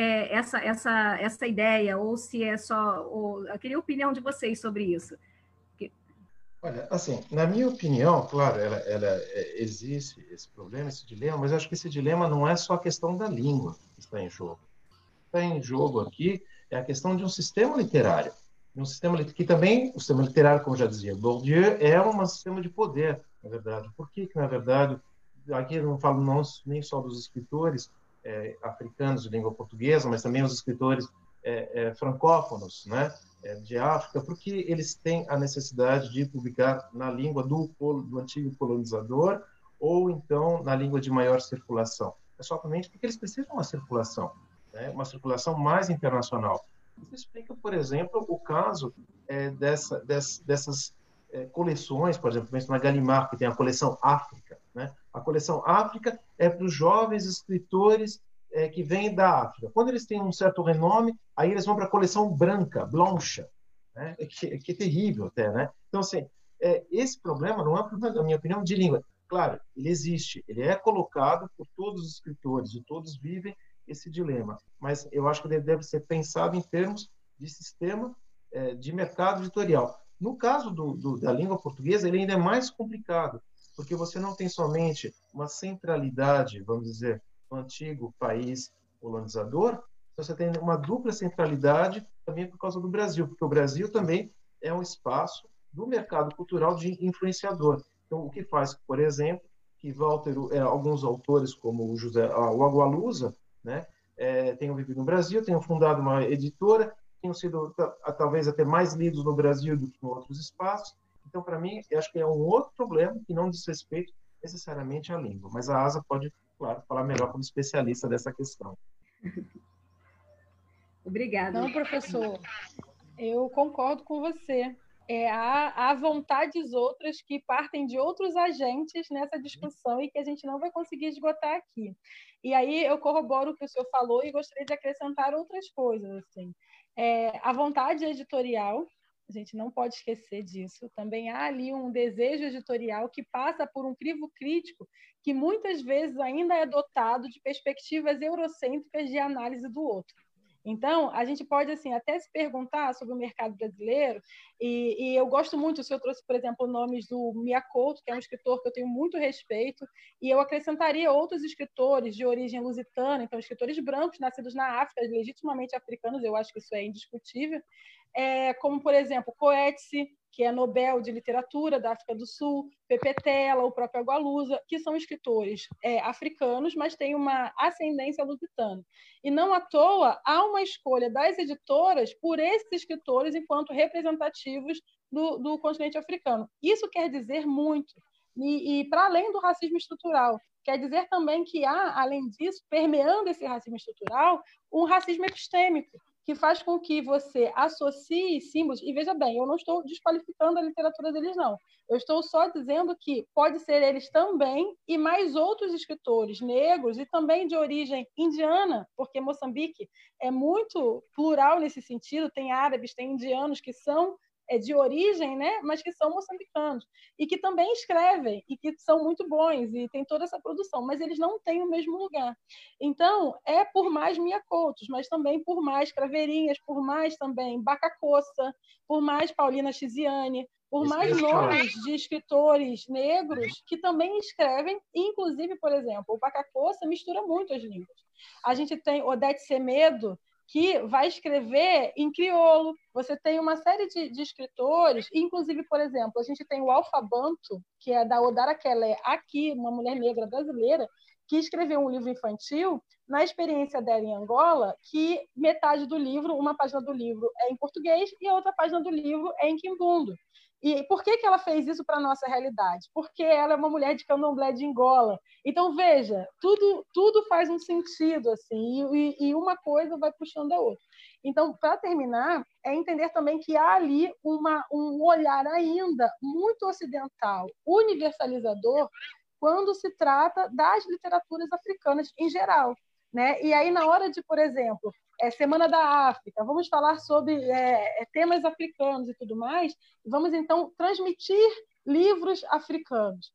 essa ideia, ou se é só... Eu queria a opinião de vocês sobre isso. Olha, assim, na minha opinião, claro, existe esse problema, esse dilema, mas eu acho que esse dilema não é só a questão da língua que está em jogo. O que está em jogo aqui é a questão de um sistema literário. Um sistema que também, o sistema literário, como já dizia Bourdieu, é um sistema de poder, na verdade. Por que, na verdade, aqui eu não falo nem só dos escritores africanos de língua portuguesa, mas também os escritores francófonos, né, de África, porque eles têm a necessidade de publicar na língua do antigo colonizador ou então na língua de maior circulação. É somente porque eles precisam de uma circulação, né, uma circulação mais internacional. Isso explica, por exemplo, o caso dessas coleções, por exemplo, na Gallimard, que tem a coleção África. Né? A coleção África é para os jovens escritores que vêm da África. Quando eles têm um certo renome, aí eles vão para a coleção branca, Blanche, né? que é terrível até. Né? Então, assim, esse problema não é um problema, na minha opinião, de língua. Claro, ele existe, ele é colocado por todos os escritores, e todos vivem esse dilema. Mas eu acho que ele deve ser pensado em termos de sistema de mercado editorial. No caso da língua portuguesa, ele ainda é mais complicado, porque você não tem somente uma centralidade, vamos dizer, no antigo país colonizador, você tem uma dupla centralidade também por causa do Brasil, porque o Brasil também é um espaço do mercado cultural de influenciador. Então, o que faz, por exemplo, que alguns autores como o Agualusa, né, tenham vivido no Brasil, tenham fundado uma editora, tenham sido talvez até mais lidos no Brasil do que em outros espaços. Então, para mim, eu acho que é um outro problema que não diz respeito necessariamente à língua, mas a Asa pode, claro, falar melhor como especialista dessa questão. Obrigada. Não, professor, eu concordo com você. Há vontades outras que partem de outros agentes nessa discussão e que a gente não vai conseguir esgotar aqui. E aí eu corroboro o que o senhor falou e gostaria de acrescentar outras coisas. Assim. A vontade editorial, a gente não pode esquecer disso. Também há ali um desejo editorial que passa por um crivo crítico que muitas vezes ainda é dotado de perspectivas eurocêntricas de análise do outro. Então, a gente pode assim, até se perguntar sobre o mercado brasileiro, e eu gosto muito, o senhor trouxe, por exemplo, nomes do Mia Couto, que é um escritor que eu tenho muito respeito, e eu acrescentaria outros escritores de origem lusitana, então escritores brancos, nascidos na África, legitimamente africanos, eu acho que isso é indiscutível, como, por exemplo, Coetzee, que é Nobel de Literatura da África do Sul, Pepe Tela, o próprio Agualusa, que são escritores africanos, mas têm uma ascendência lusitana. E não à toa há uma escolha das editoras por esses escritores enquanto representativos do continente africano. Isso quer dizer muito. E para além do racismo estrutural, quer dizer também que há, além disso, permeando esse racismo estrutural, um racismo epistêmico, que faz com que você associe símbolos. E veja bem, eu não estou desqualificando a literatura deles, não. Eu estou só dizendo que pode ser eles também e mais outros escritores negros e também de origem indiana, porque Moçambique é muito plural nesse sentido, tem árabes, tem indianos que são de origem, né, mas que são moçambicanos e que também escrevem e que são muito bons e tem toda essa produção, mas eles não têm o mesmo lugar. Então, por mais Mia Coutos, mas também por mais Craveirinhas, por mais também Bacacossa, por mais Paulina Chiziane, por mais nomes de escritores negros que também escrevem, inclusive, por exemplo, o Bacacossa mistura muito as línguas. A gente tem Odete Semedo, que vai escrever em crioulo. Você tem uma série de escritores, inclusive, por exemplo, a gente tem o Alfa Banto, que é da Odara Kelé, aqui, uma mulher negra brasileira, que escreveu um livro infantil, na experiência dela em Angola, que metade do livro, uma página do livro é em português e a outra página do livro é em quimbundo. E por que ela fez isso para a nossa realidade? Porque ela é uma mulher de candomblé de Angola. Então, veja, tudo faz um sentido, assim, e uma coisa vai puxando a outra. Então, para terminar, é entender também que há ali um olhar ainda muito ocidental, universalizador, quando se trata das literaturas africanas em geral. Né? E aí, na hora de, por exemplo, Semana da África, vamos falar sobre temas africanos e tudo mais, vamos, então, transmitir livros africanos.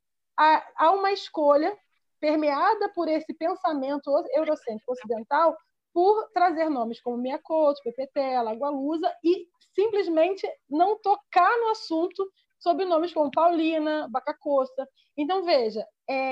Há uma escolha permeada por esse pensamento eurocêntrico ocidental por trazer nomes como Mia Couto, Pepe Tela, Agualusa e simplesmente não tocar no assunto sob nomes como Paulina, Bacacossa. Então, veja,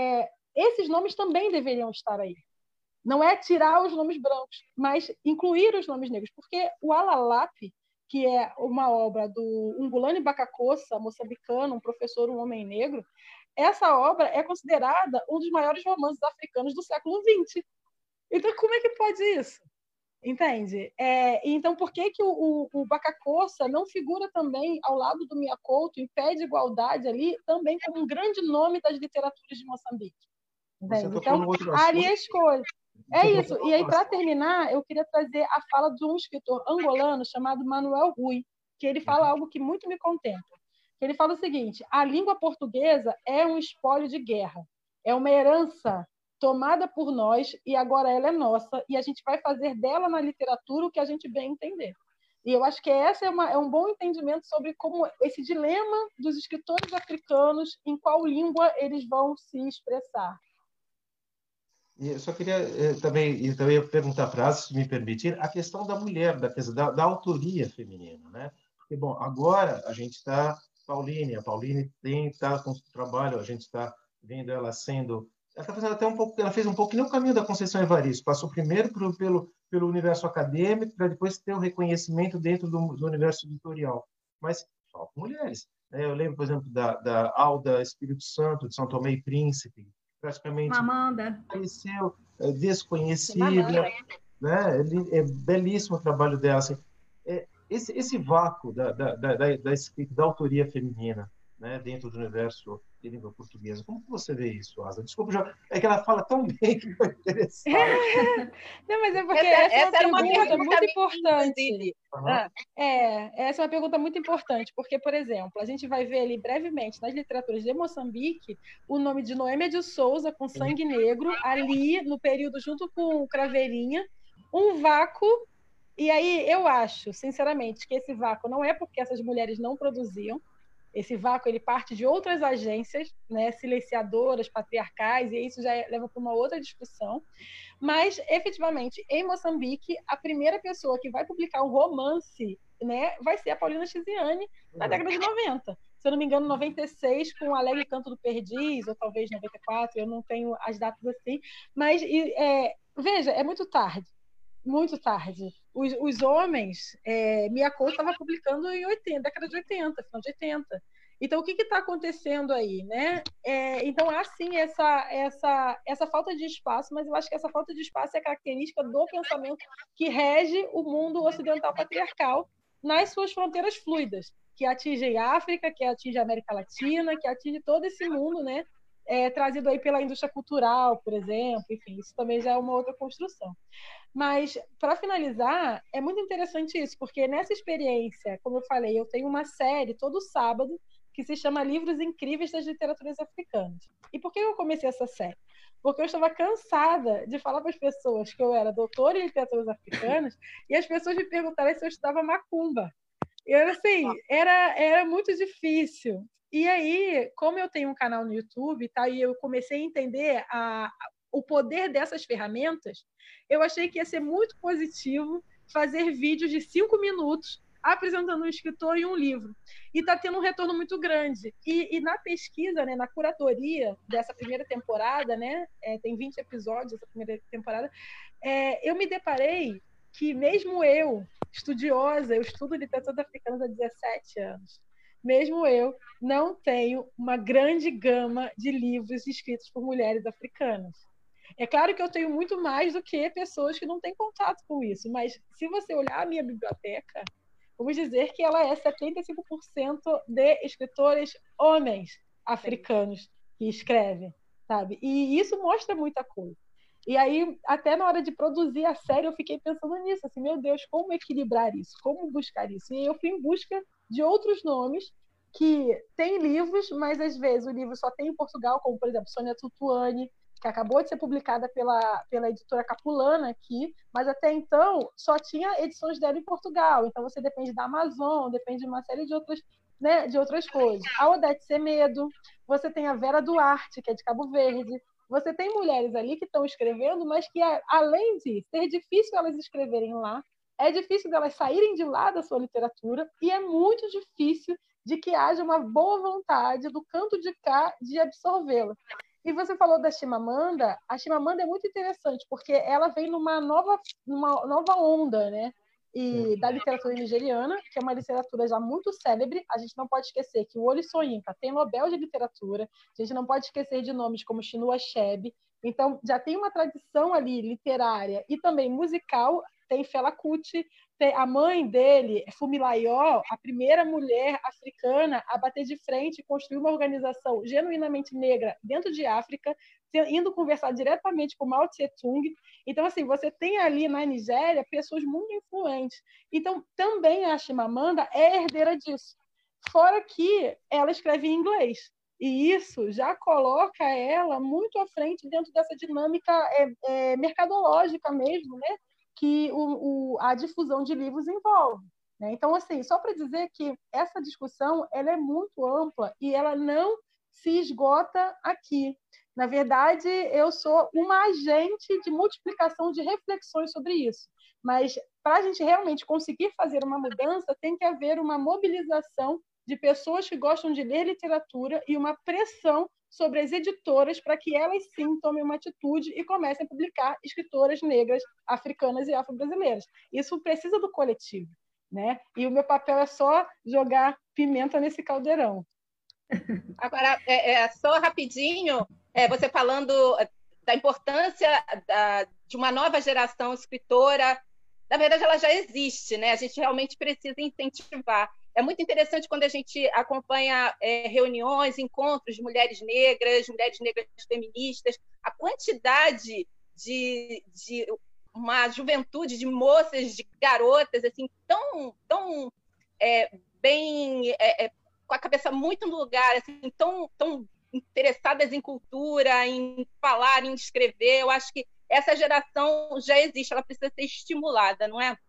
esses nomes também deveriam estar aí. Não é tirar os nomes brancos, mas incluir os nomes negros, porque o Alalape, que é uma obra do Ungulane Bacacossa, moçambicano, um professor, um homem negro, essa obra é considerada um dos maiores romances africanos do século XX. Então, como é que pode isso? Entende? Então, por que o Bacacossa não figura também ao lado do Mia Couto, em pé de igualdade ali, também como um grande nome das literaturas de Moçambique? Então, ali a escolha. Isso. E aí, para terminar, eu queria trazer a fala de um escritor angolano chamado Manuel Rui, que ele fala algo que muito me contempla. Ele fala o seguinte: a língua portuguesa é um espólio de guerra, é uma herança tomada por nós e agora ela é nossa e a gente vai fazer dela na literatura o que a gente bem entender. E eu acho que essa é um bom entendimento sobre como esse dilema dos escritores africanos, em qual língua eles vão se expressar. E eu só queria também perguntar para a, se me permitir, a questão da mulher, da autoria feminina, né? Porque, bom, agora a gente está... a Pauline está com o trabalho, a gente está vendo ela sendo... Ela está fazendo até um pouco... Ela fez um pouco que nem o caminho da Conceição Evaristo. Passou primeiro pelo universo acadêmico, para depois ter o reconhecimento dentro do universo editorial. Mas faltam mulheres, né? Eu lembro, por exemplo, da Alda Espírito Santo, de São Tomé e Príncipe, praticamente Mamanda. conheceu, desconhecida, né? É belíssimo o trabalho dela. Assim, esse vácuo da escrita, da autoria feminina, né, dentro do universo de língua portuguesa. Como que você vê isso, Asa? Desculpa, é que ela fala tão bem que foi interessante. Não, mas é porque essa é uma pergunta muito importante. Uhum. Essa é uma pergunta muito importante, porque, por exemplo, a gente vai ver ali brevemente nas literaturas de Moçambique o nome de Noêmia de Souza, com Sangue Negro, ali no período, junto com Craveirinha, um vácuo. E aí eu acho, sinceramente, que esse vácuo não é porque essas mulheres não produziam. Esse vácuo ele parte de outras agências, né, silenciadoras, patriarcais, e isso já leva para uma outra discussão. Mas, efetivamente, em Moçambique, a primeira pessoa que vai publicar um romance, né, vai ser a Paulina Chiziane, na década de 90. Se eu não me engano, 96, com o Alegre Canto do Perdiz, ou talvez 94, eu não tenho as datas assim. Mas, veja, é muito tarde. Muito tarde. Os homens, Mia Couto estava publicando em 80, década de 80, final de 80. Então, o que está acontecendo aí, né? Então, há sim essa falta de espaço, mas eu acho que essa falta de espaço é característica do pensamento que rege o mundo ocidental patriarcal nas suas fronteiras fluidas, que atingem a África, que atingem a América Latina, que atinge todo esse mundo, né? Trazido aí pela indústria cultural, por exemplo. Enfim, isso também já é uma outra construção. Mas, para finalizar, é muito interessante isso, porque nessa experiência, como eu falei, eu tenho uma série todo sábado que se chama Livros Incríveis das Literaturas Africanas. E por que eu comecei essa série? Porque eu estava cansada de falar para as pessoas que eu era doutora em literaturas africanas e as pessoas me perguntarem se eu estudava macumba. E assim, era muito difícil. E aí, como eu tenho um canal no YouTube, tá, e eu comecei a entender o poder dessas ferramentas, eu achei que ia ser muito positivo fazer vídeos de 5 minutos apresentando um escritor e um livro. E está tendo um retorno muito grande. E na pesquisa, né, na curatoria dessa primeira temporada, né, tem 20 episódios essa primeira temporada, eu me deparei que mesmo eu, estudiosa, eu estudo literatura africana há 17 anos, mesmo eu não tenho uma grande gama de livros escritos por mulheres africanas. É claro que eu tenho muito mais do que pessoas que não têm contato com isso, mas se você olhar a minha biblioteca, vamos dizer que ela é 75% de escritores homens africanos que escrevem, sabe? E isso mostra muita coisa. E aí, até na hora de produzir a série, eu fiquei pensando nisso, assim, meu Deus, como equilibrar isso? Como buscar isso? E eu fui em busca de outros nomes que têm livros, mas às vezes o livro só tem em Portugal, como, por exemplo, Sônia Tutuani, que acabou de ser publicada pela editora Capulana aqui, mas até então só tinha edições dela em Portugal. Então você depende da Amazon, depende de uma série de outras, né, de outras coisas. A Odete Semedo, você tem a Vera Duarte, que é de Cabo Verde. Você tem mulheres ali que estão escrevendo, mas que, além de ser difícil elas escreverem lá, é difícil delas saírem de lá da sua literatura e é muito difícil de que haja uma boa vontade do canto de cá de absorvê-la. E você falou da Chimamanda. A Chimamanda é muito interessante, porque ela vem numa nova onda, né? E da literatura nigeriana, que é uma literatura já muito célebre. A gente não pode esquecer que o Wole Soyinka tem Nobel de Literatura. A gente não pode esquecer de nomes como Chinua Achebe. Então, já tem uma tradição ali literária e também musical. Tem Fela Kuti, a mãe dele, Fumilayo, a primeira mulher africana a bater de frente e construir uma organização genuinamente negra dentro de África, indo conversar diretamente com Mao Tse-tung. Então, assim, você tem ali na Nigéria pessoas muito influentes. Então, também a Chimamanda é herdeira disso. Fora que ela escreve em inglês. E isso já coloca ela muito à frente dentro dessa dinâmica mercadológica mesmo, né? Que a difusão de livros envolve. Né? Então, assim, só para dizer que essa discussão ela é muito ampla e ela não se esgota aqui. Na verdade, eu sou uma agente de multiplicação de reflexões sobre isso. Mas, para a gente realmente conseguir fazer uma mudança, tem que haver uma mobilização de pessoas que gostam de ler literatura e uma pressão sobre as editoras para que elas, sim, tomem uma atitude e comecem a publicar escritoras negras, africanas e afro-brasileiras. Isso precisa do coletivo, né? E o meu papel é só jogar pimenta nesse caldeirão. Agora, só rapidinho, você falando da importância de uma nova geração escritora. Na verdade, ela já existe, né? A gente realmente precisa incentivar. É muito interessante quando a gente acompanha reuniões, encontros de mulheres negras feministas, a quantidade de uma juventude de moças, de garotas, assim, tão bem, com a cabeça muito no lugar, assim, tão interessadas em cultura, em falar, em escrever. Eu acho que essa geração já existe, ela precisa ser estimulada, não é?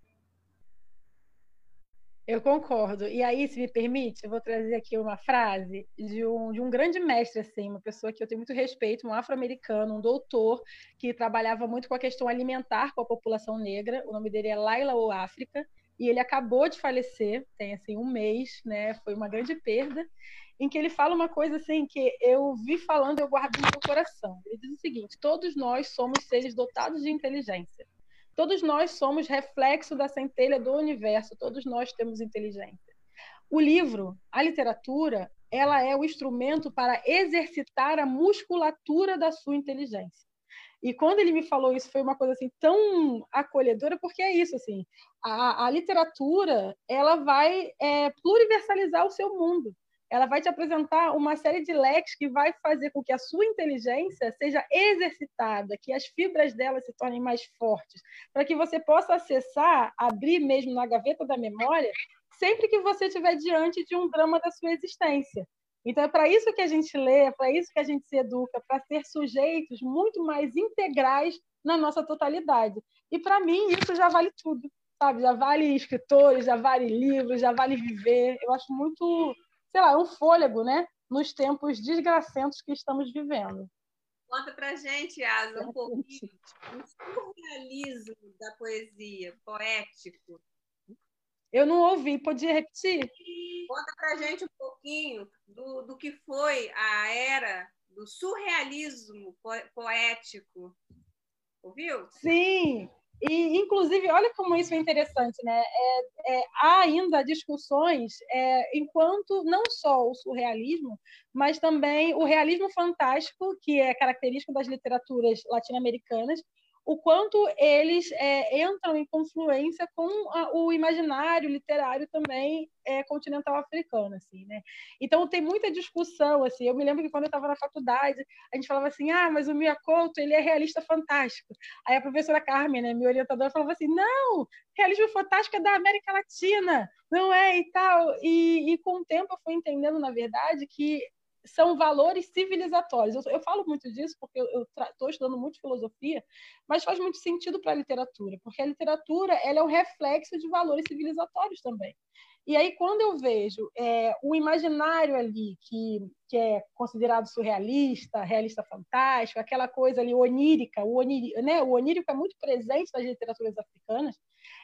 Eu concordo. E aí, se me permite, eu vou trazer aqui uma frase de um grande mestre, assim, uma pessoa que eu tenho muito respeito, um afro-americano, um doutor, que trabalhava muito com a questão alimentar com a população negra. O nome dele é Laila O África, e ele acabou de falecer, tem assim um mês, né? Foi uma grande perda, em que ele fala uma coisa assim que eu vi falando, eu guardo no meu coração. Ele diz o seguinte: todos nós somos seres dotados de inteligência. Todos nós somos reflexo da centelha do universo, todos nós temos inteligência. O livro, a literatura, ela é o instrumento para exercitar a musculatura da sua inteligência. E quando ele me falou isso, foi uma coisa assim tão acolhedora, porque é isso, assim, a literatura, ela vai pluriversalizar o seu mundo. Ela vai te apresentar uma série de leques que vai fazer com que a sua inteligência seja exercitada, que as fibras dela se tornem mais fortes, para que você possa acessar, abrir mesmo na gaveta da memória, sempre que você estiver diante de um drama da sua existência. Então, é para isso que a gente lê, é para isso que a gente se educa, para ser sujeitos muito mais integrais na nossa totalidade. E, para mim, isso já vale tudo, sabe? Já vale escritores, já vale livros, já vale viver. Eu acho muito, sei lá, um fôlego, né? Nos tempos desgracentos que estamos vivendo. Conta pra gente, Asa, um pouquinho do surrealismo da poesia, poético. Eu não ouvi, podia repetir? Conta pra gente um pouquinho do que foi a era do surrealismo poético. Ouviu? Sim, e inclusive, olha como isso é interessante, né? Há ainda discussões enquanto não só o surrealismo, mas também o realismo fantástico, que é característico das literaturas latino-americanas, o quanto eles entram em confluência com o imaginário literário também continental africano, assim, né? Então tem muita discussão, assim. Eu me lembro que quando eu estava na faculdade a gente falava assim: mas o Mia Couto, ele é realista fantástico. Aí a professora Carmen, né, minha orientadora, falava assim: não, realismo fantástico é da América Latina, não é, e tal. E com o tempo eu fui entendendo, na verdade, que são valores civilizatórios. Eu falo muito disso porque eu estou estudando muito filosofia, mas faz muito sentido para a literatura, porque a literatura ela é um reflexo de valores civilizatórios também. E aí, quando eu vejo o imaginário ali, que é considerado surrealista, realista fantástico, aquela coisa ali onírica, o onírico é muito presente nas literaturas africanas,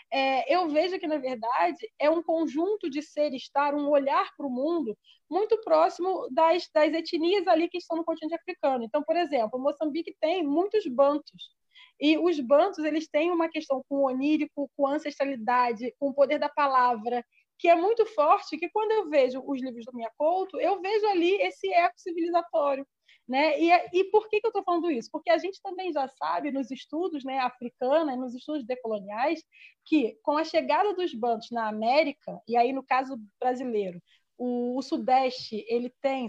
eu vejo que, na verdade, é um conjunto de ser, estar, um olhar para o mundo muito próximo das etnias ali que estão no continente africano. Então, por exemplo, Moçambique tem muitos bantus. E os bantus, eles têm uma questão com o onírico, com a ancestralidade, com o poder da palavra, que é muito forte, que quando eu vejo os livros do Mia Couto, eu vejo ali esse eco civilizatório. Né? E por que eu estou falando isso? Porque a gente também já sabe, nos estudos, né, africanos, nos estudos decoloniais, que com a chegada dos bantus na América, e aí no caso brasileiro, o Sudeste ele tem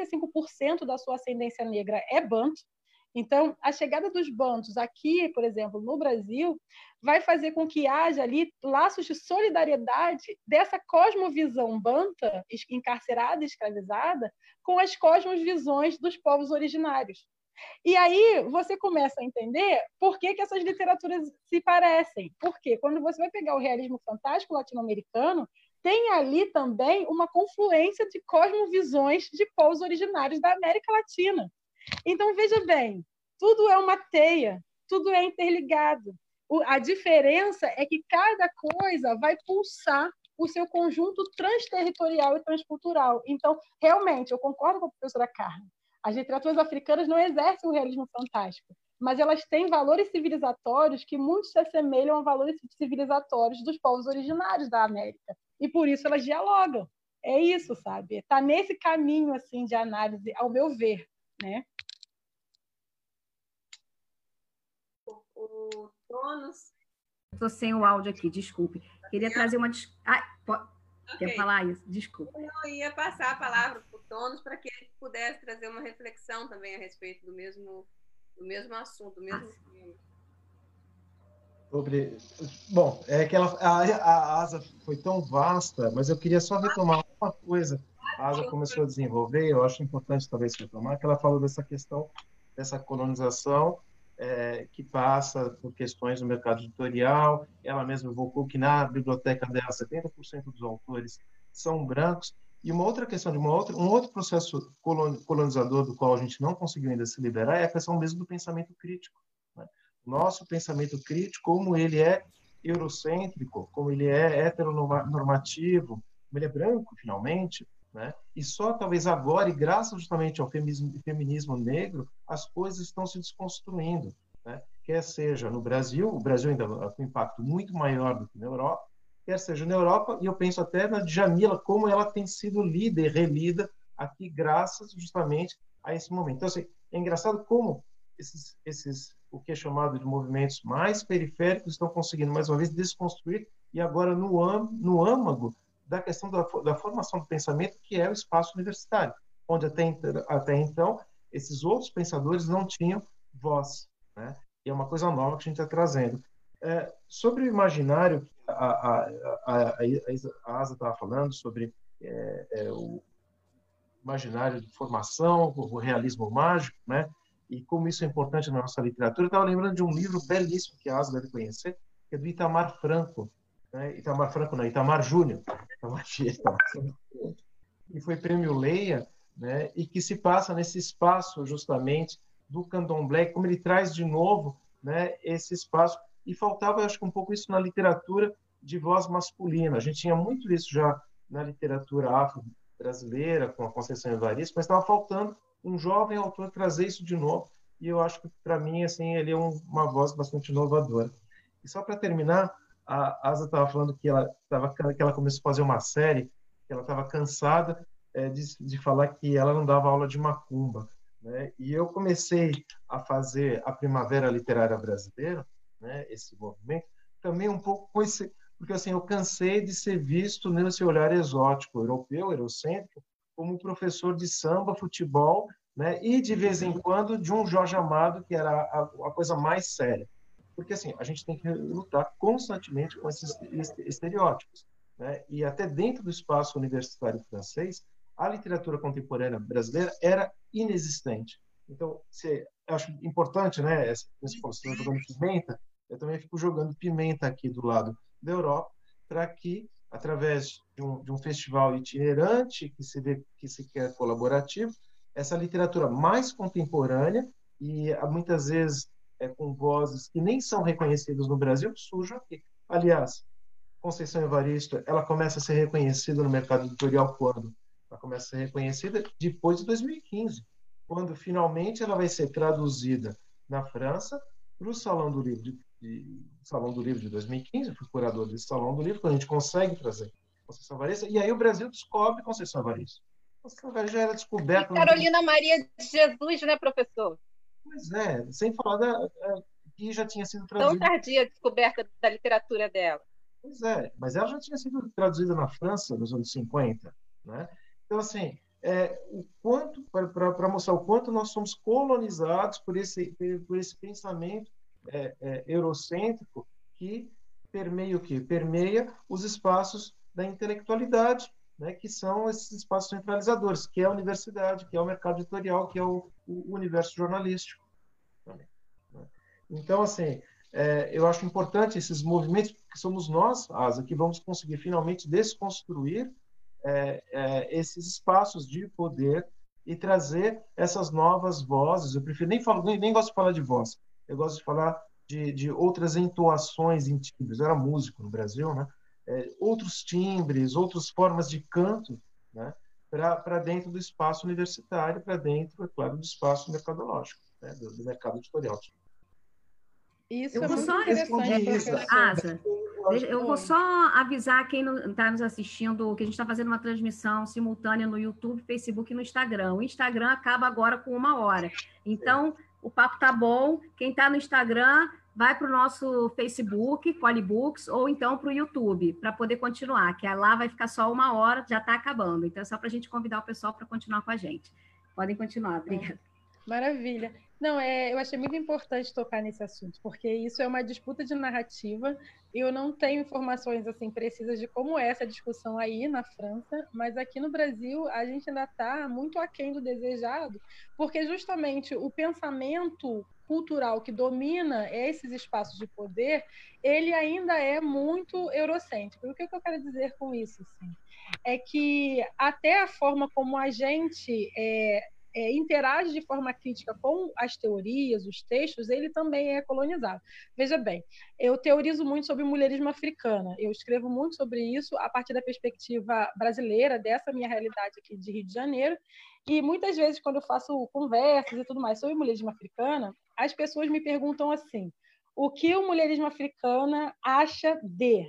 75% da sua ascendência negra é banto. Então, a chegada dos bantus aqui, por exemplo, no Brasil, vai fazer com que haja ali laços de solidariedade dessa cosmovisão banta, encarcerada e escravizada, com as cosmovisões dos povos originários. E aí você começa a entender por que essas literaturas se parecem. Porque quando você vai pegar o realismo fantástico latino-americano, tem ali também uma confluência de cosmovisões de povos originários da América Latina. Então, veja bem, tudo é uma teia, tudo é interligado. A diferença é que cada coisa vai pulsar o seu conjunto transterritorial e transcultural. Então, realmente, eu concordo com a professora Carmen. As literaturas africanas não exercem o realismo fantástico, mas elas têm valores civilizatórios que muito se assemelham a valores civilizatórios dos povos originários da América. E por isso elas dialogam. É isso, sabe? Está nesse caminho assim, de análise, ao meu ver, né? O Cronos. Estou sem o áudio aqui, desculpe. Queria trazer uma... Okay. Quer falar isso? Desculpa. Eu ia passar a palavra para o Cronos para que ele pudesse trazer uma reflexão também a respeito do mesmo assunto, do mesmo tema. Bom, é que a asa foi tão vasta, mas eu queria só retomar uma coisa. A asa começou a desenvolver, eu acho importante talvez retomar, que ela falou dessa questão dessa colonização que passa por questões do mercado editorial. Ela mesma evocou que na biblioteca dela 70% dos autores são brancos. E uma outra questão, um outro processo colonizador do qual a gente não conseguiu ainda se liberar é a questão mesmo do pensamento crítico. Né? Nosso pensamento crítico, como ele é eurocêntrico, como ele é heteronormativo, como ele é branco, finalmente, né? E só talvez agora, e graças justamente ao feminismo negro, as coisas estão se desconstruindo, né? Quer seja no Brasil, o Brasil ainda tem um impacto muito maior do que na Europa, quer seja na Europa, e eu penso até na Djamila, como ela tem sido lida e relida aqui graças justamente a esse momento. Então, assim, é engraçado como o que é chamado de movimentos mais periféricos estão conseguindo, mais uma vez, desconstruir, e agora no âmago da questão da formação do pensamento, que é o espaço universitário, onde até então esses outros pensadores não tinham voz, né? E é uma coisa nova que a gente está trazendo. Sobre o imaginário, a Asa estava falando sobre o imaginário de formação, o realismo mágico, né? E como isso é importante na nossa literatura. Eu estava lembrando de um livro belíssimo que a Asa deve conhecer, que é do Itamar Franco, né? Itamar Júnior, que foi prêmio Leia, né? E que se passa nesse espaço justamente do candomblé, como ele traz de novo, né, esse espaço. E faltava, acho que um pouco isso na literatura de voz masculina. A gente tinha muito isso já na literatura afro-brasileira, com a Conceição Evaristo, mas estava faltando um jovem autor trazer isso de novo. E eu acho que, para mim, assim, ele é uma voz bastante inovadora. E só para terminar, a Asa estava falando que ela começou a fazer uma série, que ela estava cansada de falar que ela não dava aula de macumba, né? E eu comecei a fazer a Primavera Literária Brasileira, né, esse movimento, também um pouco com esse... Porque assim, eu cansei de ser visto nesse olhar exótico, europeu, eurocêntrico, como professor de samba, futebol, né, e de vez em quando de um Jorge Amado, que era a coisa mais séria. Porque assim, a gente tem que lutar constantemente com esses estereótipos, né? E até dentro do espaço universitário francês, a literatura contemporânea brasileira era inexistente. Então, eu acho importante, né? Você falou, você está jogando pimenta, eu também fico jogando pimenta aqui do lado da Europa, para que, através de um festival itinerante, que se quer colaborativo, essa literatura mais contemporânea, e muitas vezes com vozes que nem são reconhecidas no Brasil, surjam aqui. Aliás, Conceição Evaristo, ela começa a ser reconhecida no mercado editorial quando? Ela começa a ser reconhecida depois de 2015, quando finalmente ela vai ser traduzida na França para o Salão do Livro de 2015. Eu fui curador desse Salão do Livro, quando a gente consegue trazer Conceição Evaristo, e aí o Brasil descobre Conceição Evaristo. Conceição Evaristo já era descoberta... E Carolina Maria de Jesus, né, professor? Pois é, sem falar que já tinha sido traduzida... Tão tardia a descoberta da literatura dela. Pois é, mas ela já tinha sido traduzida na França nos anos 50, né? Então, assim, para mostrar o quanto nós somos colonizados por esse pensamento eurocêntrico que permeia o quê? Permeia os espaços da intelectualidade, né? Que são esses espaços centralizadores, que é a universidade, que é o mercado editorial, que é o universo jornalístico também, né? Então, assim, eu acho importante esses movimentos, porque somos nós, Asa, que vamos conseguir finalmente desconstruir esses espaços de poder e trazer essas novas vozes. Eu prefiro nem gosto de falar de voz, eu gosto de falar de outras entoações em timbres. Eu era músico no Brasil, né? Outros timbres, outras formas de canto, né? Para dentro do espaço universitário, para dentro, é claro, do espaço mercadológico, né? Do mercado editorial. Isso Eu é vou muito só interessante, professor. Asa, eu vou Oi. só avisar quem não está nos assistindo que a gente está fazendo uma transmissão simultânea no YouTube, Facebook e no Instagram. O Instagram acaba agora com 1 hora. Então, o papo tá bom. Quem está no Instagram, vai para o nosso Facebook, Polybooks, ou então para o YouTube, para poder continuar, que lá vai ficar só 1 hora, já está acabando. Então, é só para a gente convidar o pessoal para continuar com a gente. Podem continuar, obrigada. Maravilha. Não, eu achei muito importante tocar nesse assunto, porque isso é uma disputa de narrativa. Eu não tenho informações assim precisas de como é essa discussão aí na França, mas aqui no Brasil a gente ainda está muito aquém do desejado, porque justamente o pensamento cultural que domina esses espaços de poder, ele ainda é muito eurocêntrico. O que eu quero dizer com isso? Assim? É que até a forma como a gente interage de forma crítica com as teorias, os textos, ele também é colonizado. Veja bem, eu teorizo muito sobre mulherismo africana, eu escrevo muito sobre isso a partir da perspectiva brasileira, dessa minha realidade aqui de Rio de Janeiro, e muitas vezes, quando eu faço conversas e tudo mais sobre mulherismo africana, as pessoas me perguntam assim, o que o mulherismo africana acha de...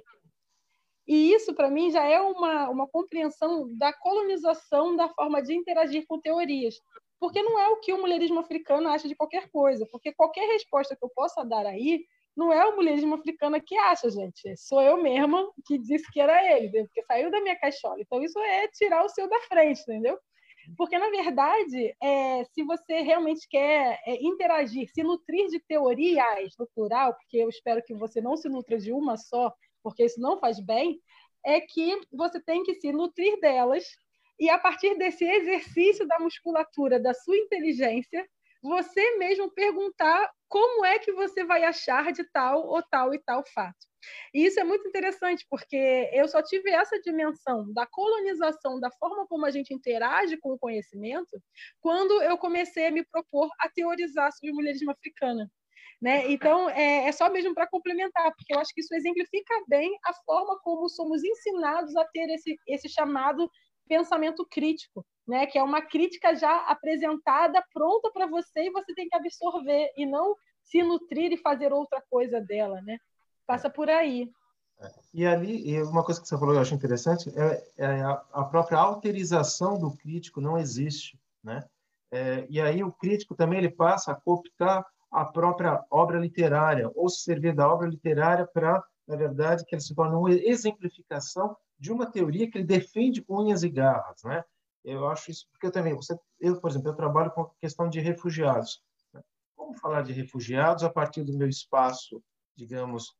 E isso, para mim, já é uma compreensão da colonização da forma de interagir com teorias. Porque não é o que o mulherismo africano acha de qualquer coisa. Porque qualquer resposta que eu possa dar aí não é o mulherismo africano que acha, gente. Sou eu mesma que disse que era ele, porque saiu da minha caixola. Então, isso é tirar o seu da frente, entendeu? Porque, na verdade, se você realmente quer interagir, se nutrir de teorias, no plural, porque eu espero que você não se nutra de uma só, porque isso não faz bem, é que você tem que se nutrir delas e, a partir desse exercício da musculatura da sua inteligência, você mesmo perguntar como é que você vai achar de tal ou tal e tal fato. E isso é muito interessante, porque eu só tive essa dimensão da colonização, da forma como a gente interage com o conhecimento, quando eu comecei a me propor a teorizar sobre mulherismo africana. Né? Então, é só mesmo para complementar, porque eu acho que isso exemplifica bem a forma como somos ensinados a ter esse chamado pensamento crítico, né? Que é uma crítica já apresentada, pronta para você, e você tem que absorver, e não se nutrir e fazer outra coisa dela. Né? Passa por aí. E ali, uma coisa que você falou que eu acho interessante, a própria autorização do crítico não existe. Né? E aí o crítico também ele passa a cooptar a própria obra literária, ou se servir da obra literária para, na verdade, que ele se torne uma exemplificação de uma teoria que ele defende com unhas e garras, né? Eu acho isso, porque por exemplo, eu trabalho com a questão de refugiados. Né? Como falar de refugiados a partir do meu espaço, digamos,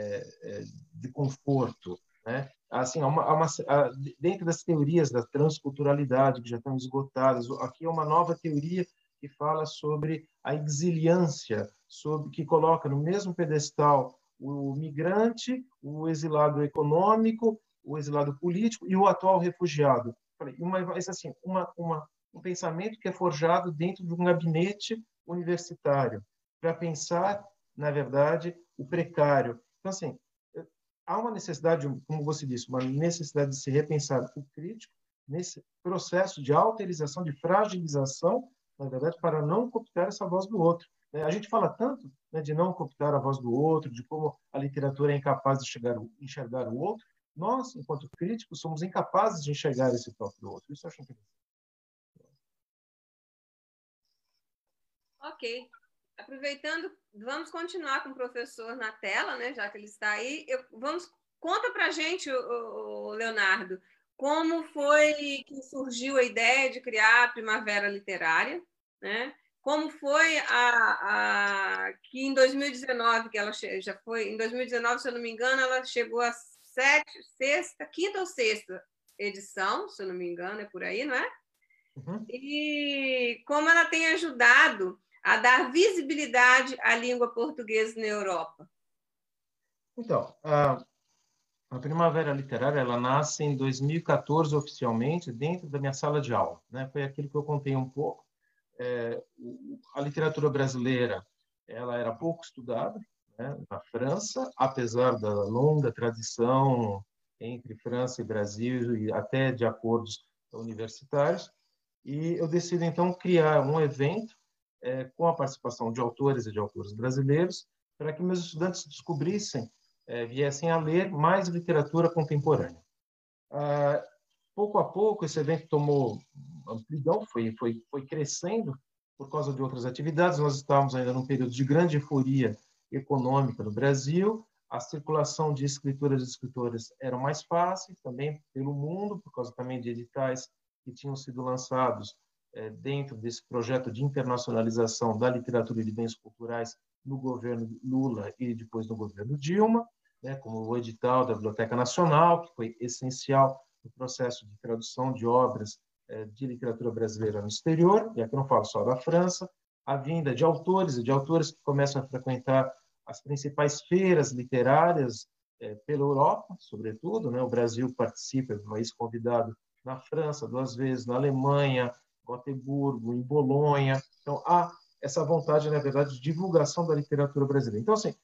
de conforto, né? Assim, dentro das teorias da transculturalidade que já estão esgotadas, aqui é uma nova teoria que fala sobre a exiliância, que coloca no mesmo pedestal o migrante, o exilado econômico, o exilado político e o atual refugiado. Um pensamento que é forjado dentro de um gabinete universitário para pensar, na verdade, o precário. Então, assim, há uma necessidade, como você disse, uma necessidade de se repensar o crítico nesse processo de alterização, de fragilização, na verdade, para não cooptar essa voz do outro. A gente fala tanto, né, de não cooptar a voz do outro, de como a literatura é incapaz de enxergar o outro. Nós, enquanto críticos, somos incapazes de enxergar esse próprio outro. Isso eu acho interessante. Ok. Aproveitando, vamos continuar com o professor na tela, né, já que ele está aí. Conta para a gente, o Leonardo, como foi que surgiu a ideia de criar a Primavera Literária, né? Como foi que em 2019, que ela já foi, em 2019, se eu não me engano, ela chegou a quinta ou sexta edição, se eu não me engano, é por aí, não é? Uhum. E como ela tem ajudado a dar visibilidade à língua portuguesa na Europa? Então, A Primavera Literária, ela nasce em 2014 oficialmente dentro da minha sala de aula, né? Foi aquilo que eu contei um pouco. A literatura brasileira, ela era pouco estudada, né, na França, apesar da longa tradição entre França e Brasil e até de acordos universitários. E eu decido então criar um evento com a participação de autores e de autores brasileiros para que meus estudantes descobrissem, viessem a ler mais literatura contemporânea. Pouco a pouco, esse evento tomou amplidão, foi crescendo por causa de outras atividades. Nós estávamos ainda num período de grande euforia econômica no Brasil, a circulação de escritoras e escritores era mais fácil, também pelo mundo, por causa também de editais que tinham sido lançados dentro desse projeto de internacionalização da literatura e de bens culturais no governo Lula e depois no governo Dilma, né, como o edital da Biblioteca Nacional, que foi essencial no processo de tradução de obras de literatura brasileira no exterior, e aqui eu não falo só da França, a vinda de autores e de autores que começam a frequentar as principais feiras literárias pela Europa, sobretudo, né? O Brasil participa, é um país convidado na França 2 vezes, na Alemanha, Gotemburgo, em Bolonha. Então, há essa vontade, na verdade, de divulgação da literatura brasileira. Então, assim,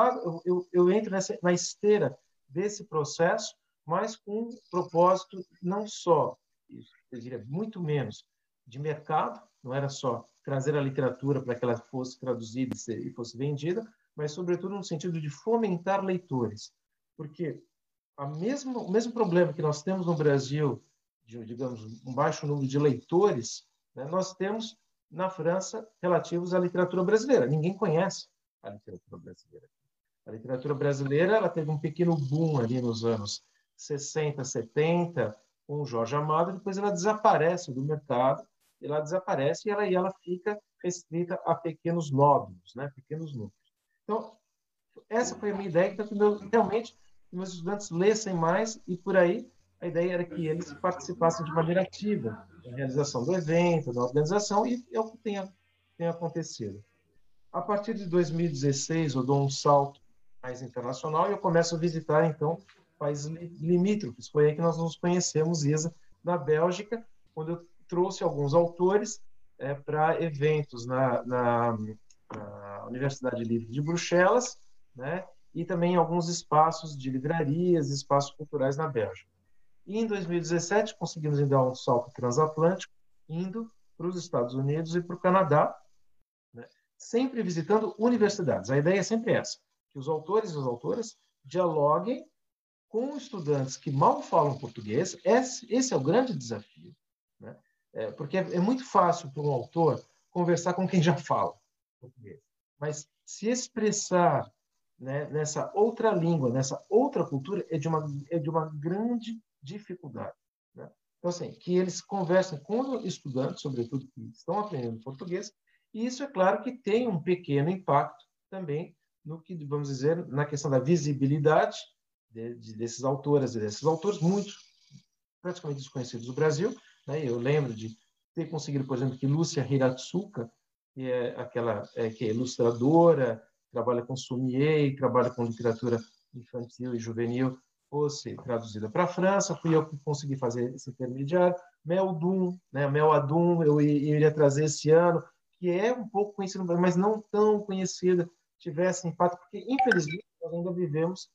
eu entro na esteira desse processo, mas com um propósito não só, eu diria, muito menos de mercado, não era só trazer a literatura para que ela fosse traduzida e fosse vendida, mas, sobretudo, no sentido de fomentar leitores. Porque o mesmo problema que nós temos no Brasil, de, digamos, um baixo número de leitores, né, nós temos na França relativos à literatura brasileira. Ninguém conhece a literatura brasileira. A literatura brasileira ela teve um pequeno boom ali nos anos 60, 70, com o Jorge Amado, depois ela desaparece do mercado, ela desaparece e ela fica restrita a pequenos nódulos, né, pequenos núcleos. Então, essa foi a minha ideia, que realmente meus estudantes lessem mais e, por aí, a ideia era que eles participassem de maneira ativa na realização do evento, da organização, e é o que tem acontecido. A partir de 2016, eu dou um salto mais internacional e eu começo a visitar, então, países limítrofes. Foi aí que nós nos conhecemos, Isa, na Bélgica, quando eu trouxe alguns autores para eventos na Universidade Livre de Bruxelas, né? E também alguns espaços de livrarias, espaços culturais na Bélgica. E em 2017 conseguimos dar um salto transatlântico, indo para os Estados Unidos e para o Canadá, né? Sempre visitando universidades. A ideia é sempre essa, que os autores e as autoras dialoguem com estudantes que mal falam português. Esse é o grande desafio, né? Porque é muito fácil para um autor conversar com quem já fala português, mas se expressar, né, nessa outra língua, nessa outra cultura, é de uma grande dificuldade, né? Então, assim, que eles conversem com estudantes, sobretudo que estão aprendendo português, e isso, é claro, que tem um pequeno impacto também no que, vamos dizer, na questão da visibilidade desses autoras e desses autores, muitos praticamente desconhecidos do Brasil, né? Eu lembro de ter conseguido, por exemplo, que Lúcia Hiratsuka, que é aquela que é ilustradora, trabalha com sommelier, trabalha com literatura infantil e juvenil, fosse traduzida para a França. Fui eu que consegui fazer esse intermediário. Mel Dum, né? Mel Adum, eu iria trazer esse ano, que é um pouco conhecida, mas não tão conhecida, tivesse impacto, porque, infelizmente, nós ainda vivemos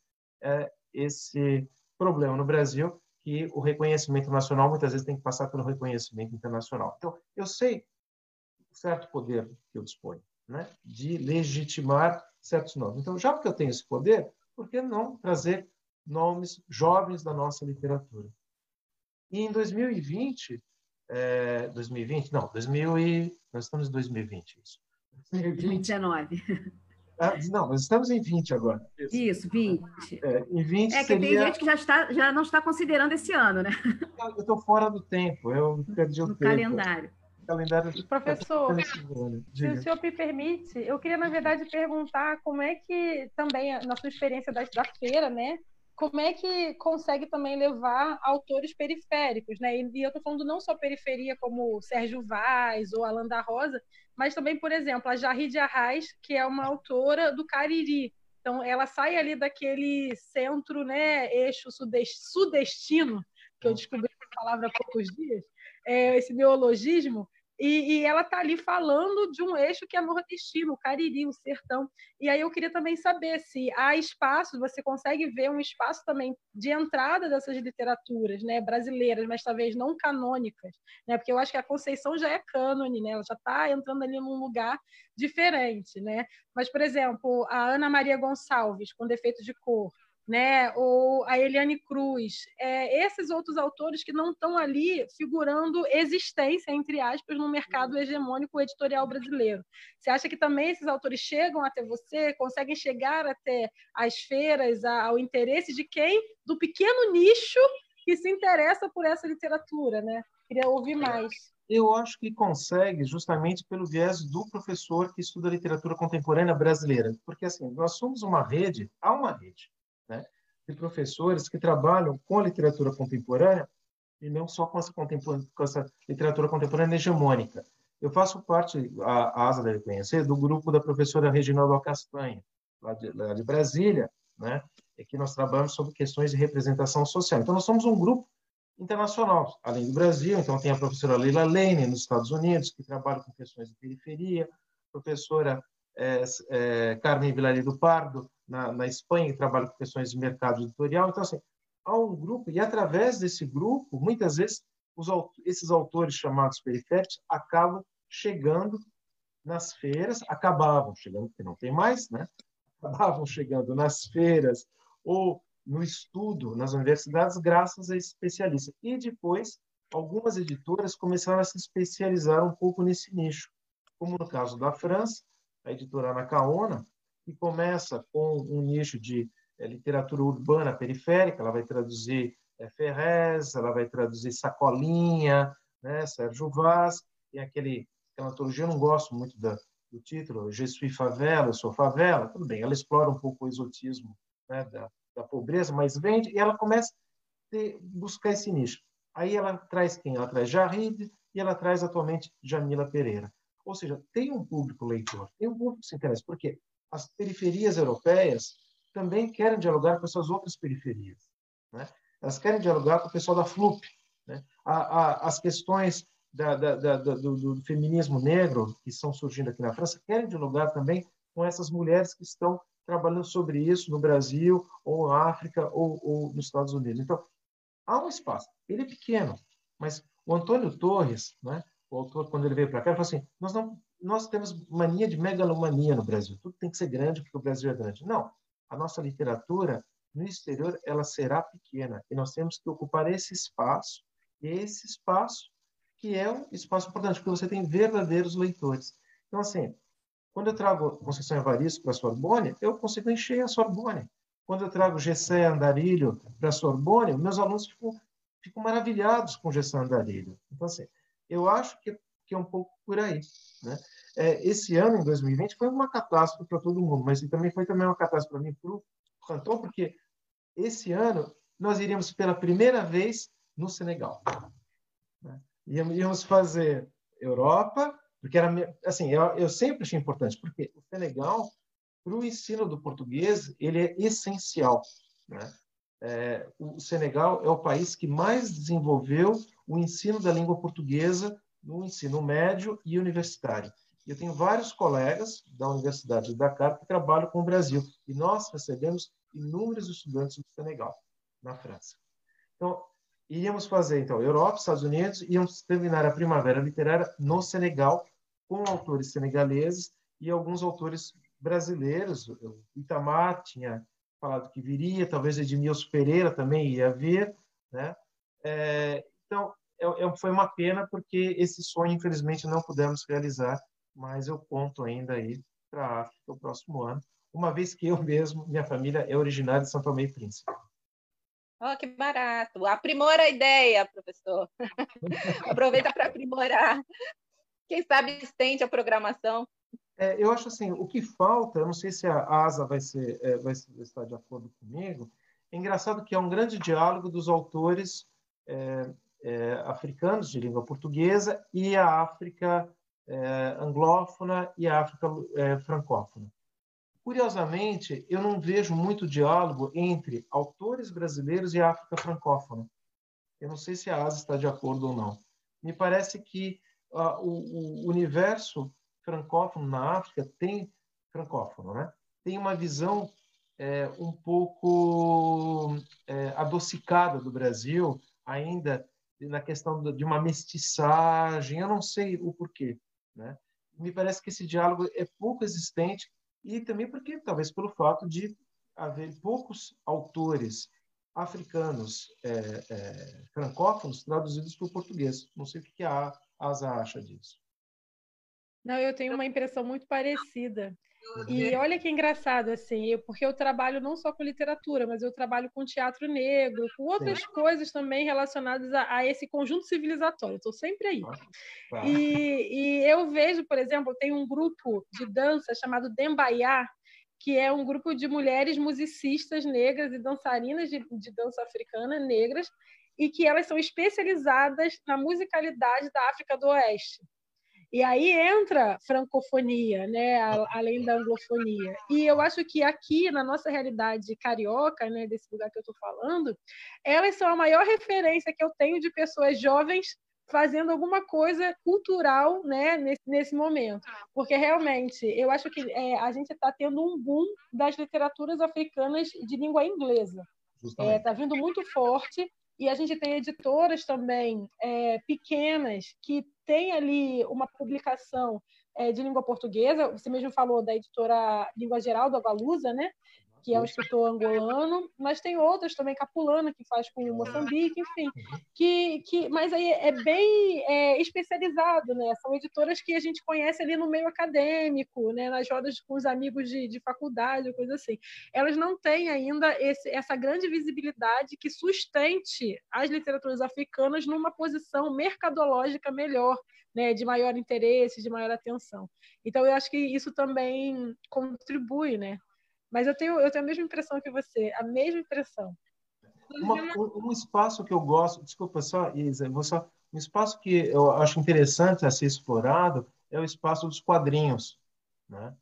esse problema no Brasil, que o reconhecimento nacional muitas vezes tem que passar pelo reconhecimento internacional. Então, eu sei o certo poder que eu disponho, né, de legitimar certos nomes. Então, já que eu tenho esse poder, por que não trazer nomes jovens da nossa literatura? E em 2020, nós estamos em 2020, isso. 2019. Não, nós estamos em 20 agora. Isso, 20. Em 20 que seria... tem gente que já não está considerando esse ano, né? Eu estou fora do tempo, eu perdi o tempo. Calendário. Professor, se o senhor me permite, eu queria, na verdade, perguntar como é que também, na sua experiência da feira, né, como é que consegue também levar autores periféricos, né? E eu estou falando não só periferia como Sérgio Vaz ou Alan da Rosa, mas também, por exemplo, a Jarry de Arraes, que é uma autora do Cariri, Então, ela sai ali daquele centro, né, eixo sudestino, que eu descobri essa palavra há poucos dias, esse neologismo, e ela está ali falando de um eixo que é nordestino, o Cariri, o sertão. E aí eu queria também saber se há espaço, você consegue ver um espaço também de entrada dessas literaturas, né, brasileiras, mas talvez não canônicas, né, porque eu acho que a Conceição já é cânone, né, ela já está entrando ali num lugar diferente, né? Mas, por exemplo, a Ana Maria Gonçalves, com Defeitos de Cor, né? Ou a Eliane Cruz, esses outros autores que não estão ali figurando existência, entre aspas, no mercado hegemônico editorial brasileiro. Você acha que também esses autores chegam até você, conseguem chegar até as feiras, ao interesse de quem? Do pequeno nicho que se interessa por essa literatura, né? Queria ouvir mais. Eu acho que consegue justamente pelo viés do professor que estuda literatura contemporânea brasileira, porque assim, nós somos uma rede, há uma rede, né, de professores que trabalham com a literatura contemporânea e não só com essa literatura contemporânea hegemônica. Eu faço parte, a Asa deve conhecer, do grupo da professora Reginalda Castanha, lá de Brasília, né, e que nós trabalhamos sobre questões de representação social. Então, nós somos um grupo internacional, além do Brasil. Então, tem a professora Leila Lane, nos Estados Unidos, que trabalha com questões de periferia, professora Carmen Vilarido Pardo, na Espanha, que trabalha com questões de mercado editorial. Então, assim, há um grupo, e através desse grupo, muitas vezes, esses autores chamados periféricos acabam chegando nas feiras, acabavam chegando, porque não tem mais, né? Acabavam chegando nas feiras ou no estudo nas universidades graças a especialistas. E depois, algumas editoras começaram a se especializar um pouco nesse nicho, como no caso da França, a editora Anacaona, que começa com um nicho de literatura urbana periférica, ela vai traduzir Ferrez, ela vai traduzir Sacolinha, né, Sérgio Vaz, e aquela antologia, eu não gosto muito do título, Je suis favela, eu sou favela, tudo bem, ela explora um pouco o exotismo, né, da pobreza, mas vende, e ela começa a buscar esse nicho. Aí ela traz quem? Ela traz Jarrid e ela traz atualmente Jamila Pereira. Ou seja, tem um público leitor, tem um público que se interessa, porque as periferias europeias também querem dialogar com essas outras periferias, né? Elas querem dialogar com o pessoal da FLUP, né? As questões do feminismo negro que estão surgindo aqui na França querem dialogar também com essas mulheres que estão trabalhando sobre isso no Brasil, ou na África, ou nos Estados Unidos. Então, há um espaço. Ele é pequeno, mas o Antônio Torres, né, o autor, quando ele veio para cá, ele falou assim, nós temos mania de megalomania no Brasil. Tudo tem que ser grande porque o Brasil é grande. Não. A nossa literatura, no exterior, ela será pequena. E nós temos que ocupar esse espaço, e esse espaço que é um espaço importante, porque você tem verdadeiros leitores. Então, assim, quando eu trago Conceição Evaristo para a Sorbonne, eu consigo encher a Sorbonne. Quando eu trago Gessé Andarilho para a Sorbonne, meus alunos ficam maravilhados com Gessé Andarilho. Então, assim, eu acho que é um pouco por aí, né? Esse ano, em 2020, foi uma catástrofe para todo mundo, mas também foi uma catástrofe para mim, para o Canton, porque esse ano nós iríamos pela primeira vez no Senegal, né? Íamos fazer Europa, porque era assim, eu sempre achei importante, porque o Senegal, para o ensino do português, ele é essencial, né? O Senegal é o país que mais desenvolveu o ensino da língua portuguesa no ensino médio e universitário. Eu tenho vários colegas da Universidade de Dakar que trabalham com o Brasil, e nós recebemos inúmeros estudantes do Senegal, na França. Então, iríamos fazer, então, Europa, Estados Unidos, íamos terminar a Primavera Literária no Senegal, com autores senegaleses e alguns autores brasileiros. O Itamar tinha falado que viria, talvez Edmilson Pereira também ia vir, né? Então, foi uma pena, porque esse sonho, infelizmente, não pudemos realizar, mas eu conto ainda aí para a África o próximo ano, uma vez que eu mesmo, minha família é originária de São Tomé e Príncipe. Oh, que barato! Aprimora a ideia, professor. Aproveita para aprimorar. Quem sabe estende a programação. Eu acho assim, o que falta, eu não sei se a Asa vai estar de acordo comigo, é engraçado que há um grande diálogo dos autores africanos de língua portuguesa e a África anglófona e a África francófona. curiosamente, eu não vejo muito diálogo entre autores brasileiros e África francófona. Eu não sei se a Asa está de acordo ou não. Me parece que o universo francófono na África francófono, né? Tem uma visão um pouco adocicada do Brasil, ainda na questão de uma mestiçagem, eu não sei o porquê, né? Me parece que esse diálogo é pouco existente, e também porque, talvez pelo fato de haver poucos autores africanos francófonos traduzidos para o português. Não sei o que a Asa acha disso. Não, eu tenho uma impressão muito parecida. E olha que engraçado, assim, porque eu trabalho não só com literatura, mas eu trabalho com teatro negro, com outras coisas também relacionadas a esse conjunto civilizatório. Estou sempre aí. Tá. E eu vejo, por exemplo, tem um grupo de dança chamado Dembaiá, que é um grupo de mulheres musicistas negras e dançarinas de dança africana negras, e que elas são especializadas na musicalidade da África do Oeste. E aí entra francofonia, né, além da anglofonia. E eu acho que aqui, na nossa realidade carioca, né, desse lugar que eu estou falando, elas são a maior referência que eu tenho de pessoas jovens fazendo alguma coisa cultural, né, nesse momento. Porque, realmente, eu acho que a gente está tendo um boom das literaturas africanas de língua inglesa. Está vindo muito forte. E a gente tem editoras também pequenas que têm ali uma publicação de língua portuguesa. Você mesmo falou da editora Língua Geral, do Agalusa, né? Que é um escritor angolano, mas tem outras também, Capulana, que faz com Moçambique, enfim. Mas aí é bem especializado, né? São editoras que a gente conhece ali no meio acadêmico, né? Nas rodas com os amigos de faculdade, coisa assim. Elas não têm ainda essa grande visibilidade que sustente as literaturas africanas numa posição mercadológica melhor, né? De maior interesse, de maior atenção. Então, eu acho que isso também contribui, né? Mas eu tenho a mesma impressão que você, a mesma impressão. Um espaço que eu gosto, desculpa só, Isa, um espaço que eu acho interessante a ser explorado é o espaço dos quadrinhos, né?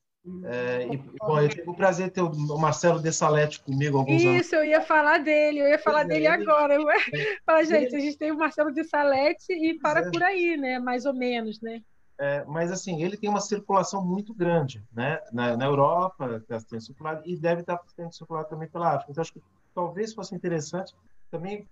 Bom, eu tive o prazer de ter o Marcelo Dessalete comigo alguns anos. Isso, eu ia falar dele agora. Fala, gente, a gente tem o Marcelo Dessalete e por aí, né? Mais ou menos, né? Mas, assim, ele tem uma circulação muito grande, né? Na Europa, está tendo circulado, e deve estar tendo circulado também pela África. Então, acho que talvez fosse interessante também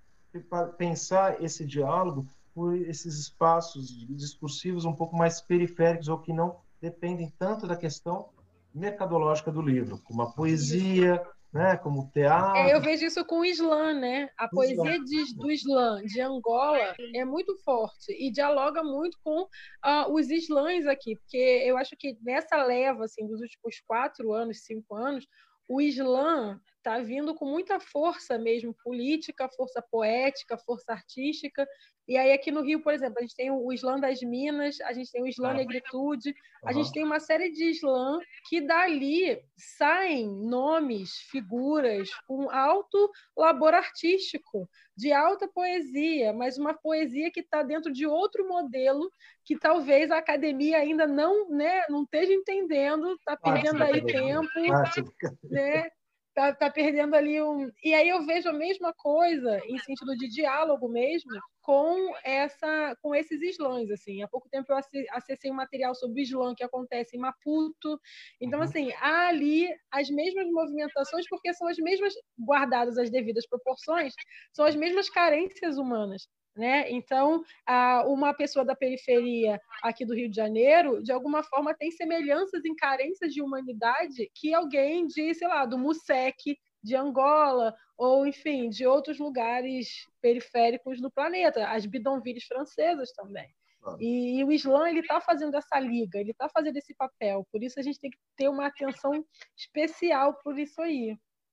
pensar esse diálogo por esses espaços discursivos um pouco mais periféricos ou que não dependem tanto da questão mercadológica do livro, como a poesia, né, como o teatro. Eu vejo isso com o Islã, né? A poesia do Islã, de Angola, é muito forte e dialoga muito com os islãs aqui, porque eu acho que nessa leva assim, dos últimos 4 anos, 5 anos, o Islã está vindo com muita força mesmo política, força poética, força artística. E aí aqui no Rio, por exemplo, a gente tem o Islã das Minas, a gente tem o Islã Negritude, a gente tem uma série de Islã que dali saem nomes, figuras com alto labor artístico, de alta poesia, mas uma poesia que está dentro de outro modelo que talvez a academia ainda não esteja entendendo, está perdendo aí tempo, né? Tá perdendo ali E aí eu vejo a mesma coisa, em sentido de diálogo mesmo, com esses islãs, assim. Há pouco tempo eu acessei um material sobre o Islã que acontece em Maputo. Então, assim, há ali as mesmas movimentações, porque são as mesmas, guardadas as devidas proporções, são as mesmas carências humanas, né? Então, uma pessoa da periferia aqui do Rio de Janeiro, de alguma forma, tem semelhanças em carências de humanidade que alguém de, sei lá, do MUSEC, de Angola, ou, enfim, de outros lugares periféricos do planeta, as bidonvilles francesas também. E o Islã está fazendo essa liga, ele está fazendo esse papel, por isso a gente tem que ter uma atenção especial por isso aí.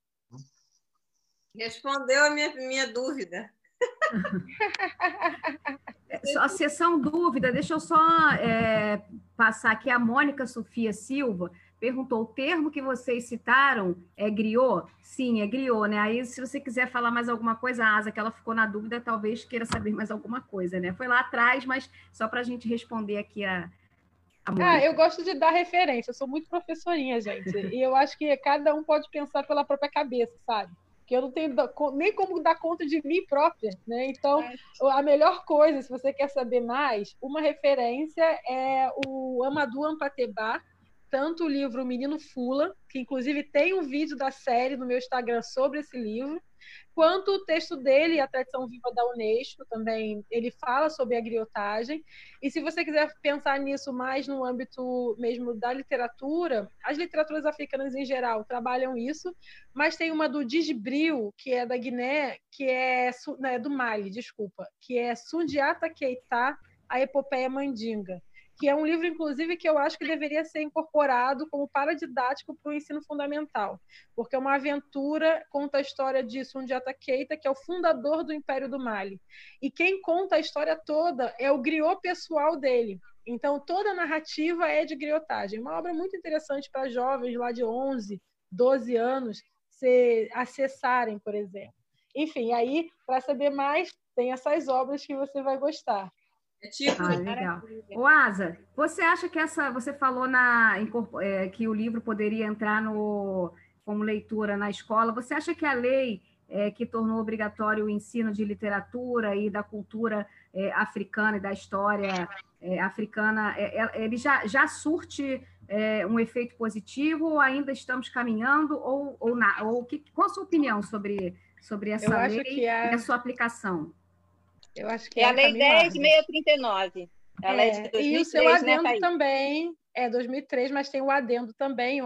Respondeu a minha dúvida. A sessão dúvida, deixa eu só passar aqui. A Mônica Sofia Silva perguntou: o termo que vocês citaram é griot? Sim, é griot, né? Aí, se você quiser falar mais alguma coisa, a Asa, que ela ficou na dúvida, talvez queira saber mais alguma coisa, né? Foi lá atrás, mas só para a gente responder aqui Eu gosto de dar referência, eu sou muito professorinha, gente. E eu acho que cada um pode pensar pela própria cabeça, sabe? Que eu não tenho nem como dar conta de mim própria, né? Então, a melhor coisa, se você quer saber mais, uma referência é o Amadou Ampateba, tanto o livro O Menino Fula, que inclusive tem um vídeo da série no meu Instagram sobre esse livro, quanto o texto dele, A Tradição Viva da Unesco, também ele fala sobre a griotagem. E se você quiser pensar nisso mais no âmbito mesmo da literatura, as literaturas africanas em geral trabalham isso, mas tem uma do Djibril, que é da Guiné, que é do Mali, desculpa, que é Sundiata Keita, a Epopeia Mandinga, que é um livro, inclusive, que eu acho que deveria ser incorporado como paradidático para o ensino fundamental, porque é uma aventura, conta a história de Sundiata Keita, que é o fundador do Império do Mali. E quem conta a história toda é o griot pessoal dele. Então, toda a narrativa é de griotagem. Uma obra muito interessante para jovens lá de 11, 12 anos acessarem, por exemplo. Enfim, aí, para saber mais, tem essas obras que você vai gostar. Legal. O Asa, você acha que você falou que o livro poderia entrar como leitura na escola? Você acha que a lei que tornou obrigatório o ensino de literatura e da cultura africana e da história africana, ele já surte um efeito positivo ou ainda estamos caminhando? Qual a sua opinião sobre essa lei e a sua aplicação? Eu acho que é a Lei 10.639. A lei de 2003, e o seu adendo, né, também é 2003, mas tem o adendo também,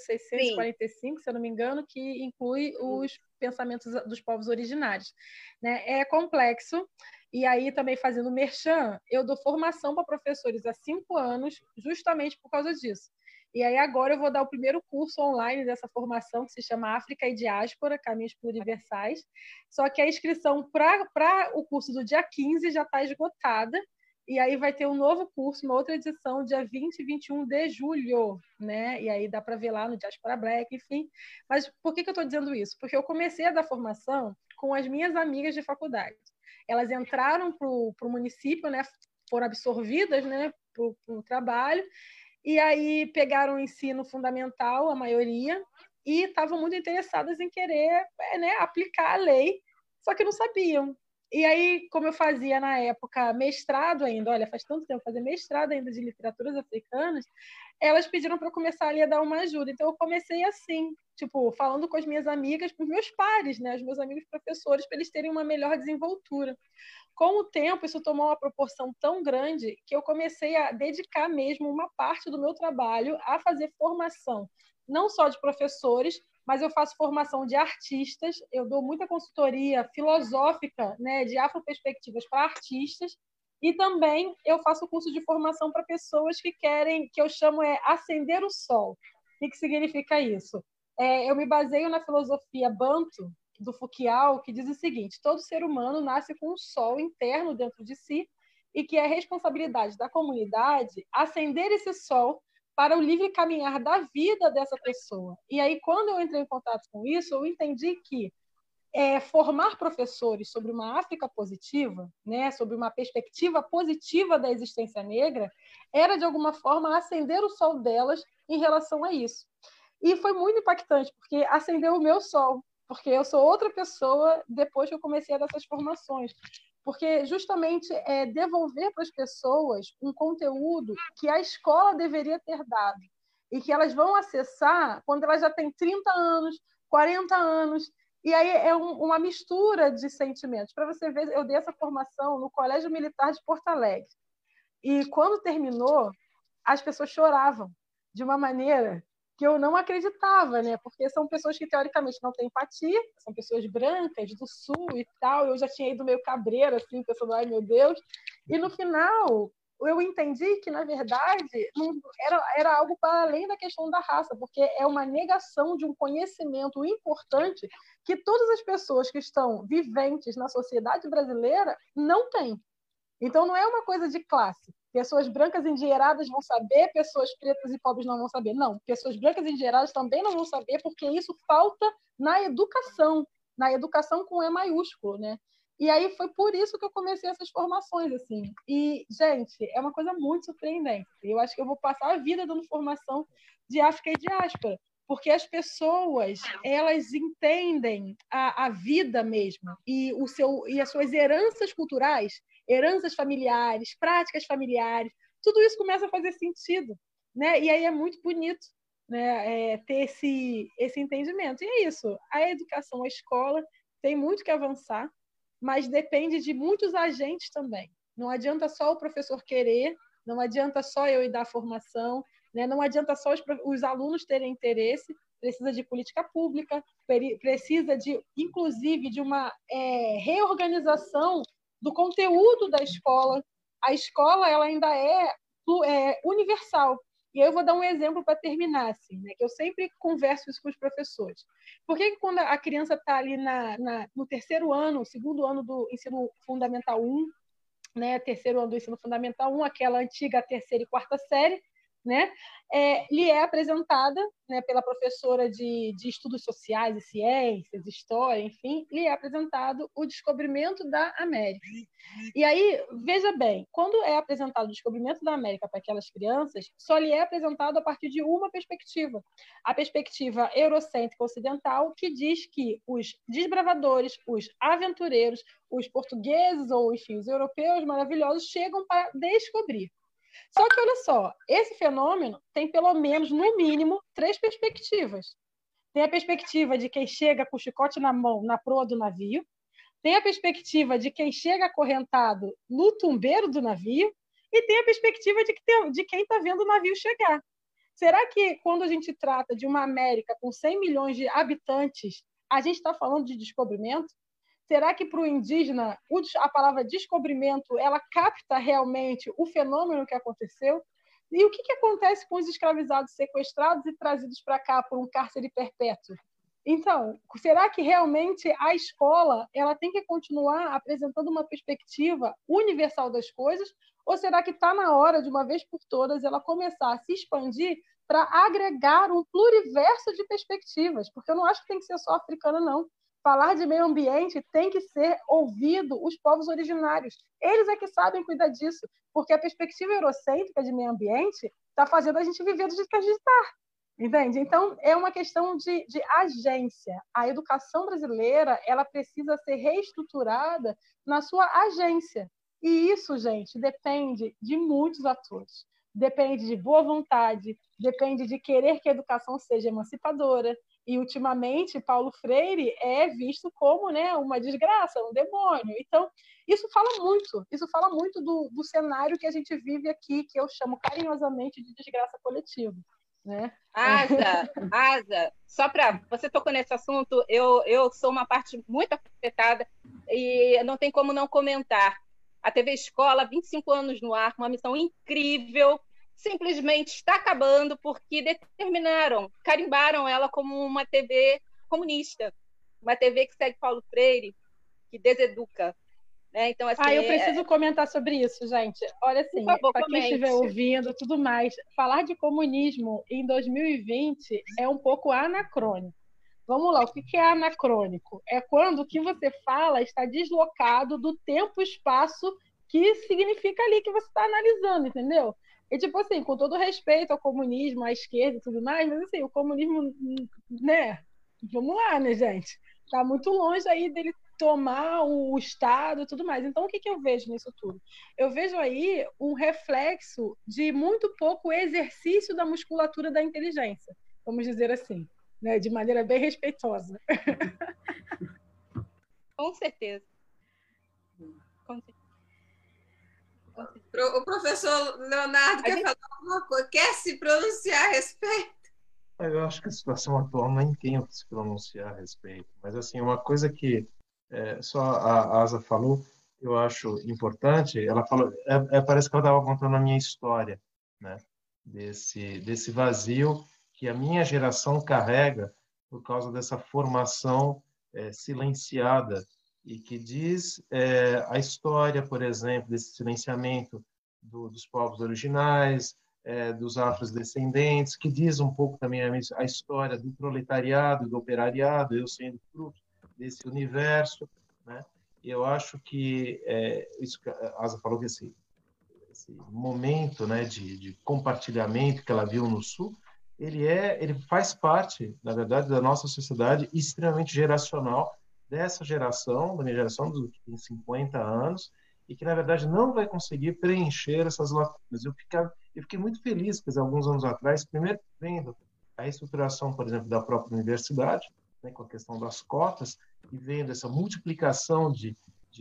11.645, se eu não me engano, que inclui os pensamentos dos povos originários. Né? É complexo, e aí também fazendo merchan, eu dou formação para professores há 5 anos, justamente por causa disso. E aí agora eu vou dar o primeiro curso online dessa formação, que se chama África e Diáspora, Caminhos Pluriversais. Só que a inscrição para o curso do dia 15 já está esgotada, e aí vai ter um novo curso, uma outra edição, dia 20 e 21 de julho, né? E aí dá para ver lá no Diaspora Black, enfim. Mas por que eu estou dizendo isso? Porque eu comecei a dar formação com as minhas amigas de faculdade. Elas entraram para o município, né? Foram absorvidas, né? Para o trabalho, e aí pegaram o ensino fundamental, a maioria, e estavam muito interessadas em querer, né, aplicar a lei, só que não sabiam. E aí, como eu fazia na época mestrado ainda, olha, faz tanto tempo, fazer mestrado ainda de literaturas africanas, elas pediram para eu começar ali a dar uma ajuda. Então, eu comecei assim, tipo, falando com as minhas amigas, com os meus pares, né, os meus amigos professores, para eles terem uma melhor desenvoltura. Com o tempo, isso tomou uma proporção tão grande que eu comecei a dedicar mesmo uma parte do meu trabalho a fazer formação, não só de professores, mas eu faço formação de artistas, eu dou muita consultoria filosófica, né, de afroperspectivas para artistas, e também eu faço curso de formação para pessoas que querem, que eu chamo acender o sol. O que significa isso? Eu me baseio na filosofia Banto, do Foucault, que diz o seguinte: todo ser humano nasce com um sol interno dentro de si e que é responsabilidade da comunidade acender esse sol para o livre caminhar da vida dessa pessoa. E aí, quando eu entrei em contato com isso, eu entendi que formar professores sobre uma África positiva, né, sobre uma perspectiva positiva da existência negra, era, de alguma forma, acender o sol delas em relação a isso. E foi muito impactante, porque acendeu o meu sol, porque eu sou outra pessoa depois que eu comecei a dar essas formações. Porque justamente é devolver para as pessoas um conteúdo que a escola deveria ter dado e que elas vão acessar quando elas já têm 30 anos, 40 anos, e aí é uma mistura de sentimentos. Para você ver, eu dei essa formação no Colégio Militar de Porto Alegre. E quando terminou, as pessoas choravam de uma maneira que eu não acreditava, né? Porque são pessoas que, teoricamente, não têm empatia, são pessoas brancas, do sul e tal. Eu já tinha ido meio cabreira, assim, pensando, ai, meu Deus. E, no final, eu entendi que, na verdade, era algo para além da questão da raça, porque é uma negação de um conhecimento importante que todas as pessoas que estão viventes na sociedade brasileira não têm. Então, não é uma coisa de classe. Pessoas brancas endinheiradas vão saber, pessoas pretas e pobres não vão saber. Não, pessoas brancas endinheiradas também não vão saber, porque isso falta na educação com E maiúsculo, né? E aí foi por isso que eu comecei essas formações, assim. E, gente, é uma coisa muito surpreendente. Eu acho que eu vou passar a vida dando formação de África e diáspora, porque as pessoas, elas entendem a vida mesmo e as suas heranças culturais, heranças familiares, práticas familiares, tudo isso começa a fazer sentido, né? E aí é muito bonito, né? Ter esse entendimento. E é isso. A educação, a escola tem muito que avançar, mas depende de muitos agentes também. Não adianta só o professor querer, não adianta só eu ir dar formação, né? Não adianta só os alunos terem interesse, precisa de política pública, precisa, inclusive, de uma reorganização do conteúdo da escola. A escola ela ainda é universal. E eu vou dar um exemplo para terminar, assim, né? Que eu sempre converso isso com os professores. Por que quando a criança está ali no terceiro ano, segundo ano do ensino fundamental 1, né? Terceiro ano do ensino fundamental 1, aquela antiga terceira e quarta série, né? Lhe é apresentada, né, pela professora de estudos sociais e ciências, história, enfim, lhe é apresentado o descobrimento da América. E aí, veja bem, quando é apresentado o descobrimento da América para aquelas crianças, só lhe é apresentado a partir de uma perspectiva, a perspectiva eurocêntrica ocidental, que diz que os desbravadores, os aventureiros, os portugueses ou, enfim, os europeus maravilhosos chegam para descobrir. Só que, olha só, esse fenômeno tem pelo menos, no mínimo, 3 perspectivas. Tem a perspectiva de quem chega com o chicote na mão, na proa do navio. Tem a perspectiva de quem chega acorrentado no tumbeiro do navio. E tem a perspectiva de quem está vendo o navio chegar. Será que, quando a gente trata de uma América com 100 milhões de habitantes, a gente está falando de descobrimento? Será que para o indígena a palavra descobrimento ela capta realmente o fenômeno que aconteceu? E o que acontece com os escravizados sequestrados e trazidos para cá por um cárcere perpétuo? Então, será que realmente a escola ela tem que continuar apresentando uma perspectiva universal das coisas? Ou será que está na hora, de uma vez por todas, ela começar a se expandir para agregar um pluriverso de perspectivas? Porque eu não acho que tem que ser só africana, não. Falar de meio ambiente tem que ser ouvido os povos originários. Eles é que sabem cuidar disso, porque a perspectiva eurocêntrica de meio ambiente está fazendo a gente viver do jeito que a gente está. Entende? Então, é uma questão de agência. A educação brasileira ela precisa ser reestruturada na sua agência. E isso, gente, depende de muitos atores. Depende de boa vontade, depende de querer que a educação seja emancipadora. E, ultimamente, Paulo Freire é visto como, né, uma desgraça, um demônio. Então, isso fala muito do cenário que a gente vive aqui, que eu chamo carinhosamente de desgraça coletiva. Né? Asa, só para você tocou nesse assunto, eu sou uma parte muito afetada e não tem como não comentar. A TV Escola, 25 anos no ar, uma missão incrível, simplesmente está acabando porque carimbaram ela como uma TV comunista, uma TV que segue Paulo Freire, que deseduca. Então, assim, eu preciso comentar sobre isso, gente. Olha, assim, para quem estiver ouvindo, tudo mais, falar de comunismo em 2020 é um pouco anacrônico. Vamos lá, o que é anacrônico? É quando o que você fala está deslocado do tempo e espaço que significa ali que você está analisando, entendeu? E, tipo assim, com todo respeito ao comunismo, à esquerda e tudo mais, mas, assim, o comunismo, né? Vamos lá, né, gente? Está muito longe aí dele tomar o Estado e tudo mais. Então, o que eu vejo nisso tudo? Eu vejo aí um reflexo de muito pouco exercício da musculatura da inteligência, vamos dizer assim, né? De maneira bem respeitosa. Com certeza. O professor Leonardo quer falar alguma coisa? Quer se pronunciar a respeito? Eu acho que a situação atual nem tem o que se pronunciar a respeito. Mas, assim, uma coisa que só a Asa falou, eu acho importante, ela falou, parece que ela estava contando a minha história, né? Desse vazio que a minha geração carrega por causa dessa formação silenciada e que diz a história, por exemplo, desse silenciamento dos povos originais, dos afrodescendentes, que diz um pouco também a história do proletariado, do operariado, eu sendo fruto desse universo, né? eu acho que isso que a Asa falou, que esse momento, né, de compartilhamento que ela viu no Sul, ele faz parte, na verdade, da nossa sociedade extremamente geracional, dessa geração, da minha geração, que tem 50 anos, e que, na verdade, não vai conseguir preencher essas lacunas. Eu fiquei muito feliz, quer dizer, alguns anos atrás, primeiro vendo a reestruturação, por exemplo, da própria universidade, né, com a questão das cotas, e vendo essa multiplicação de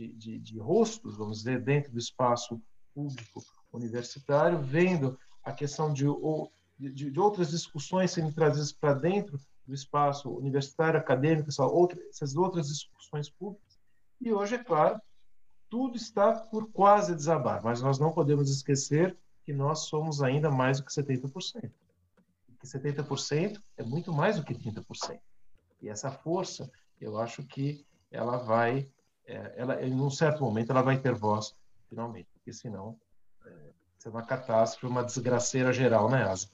rostos, vamos dizer, dentro do espaço público universitário, vendo a questão de outras discussões sendo trazidas para dentro do espaço universitário, acadêmico, essas outras discussões públicas. E hoje, é claro, tudo está por quase desabar, mas nós não podemos esquecer que nós somos ainda mais do que 70%. Que 70% é muito mais do que 30%. E essa força, eu acho que ela vai, em um certo momento, ela vai ter voz, finalmente, porque senão é uma catástrofe, uma desgraceira geral, né, Asa?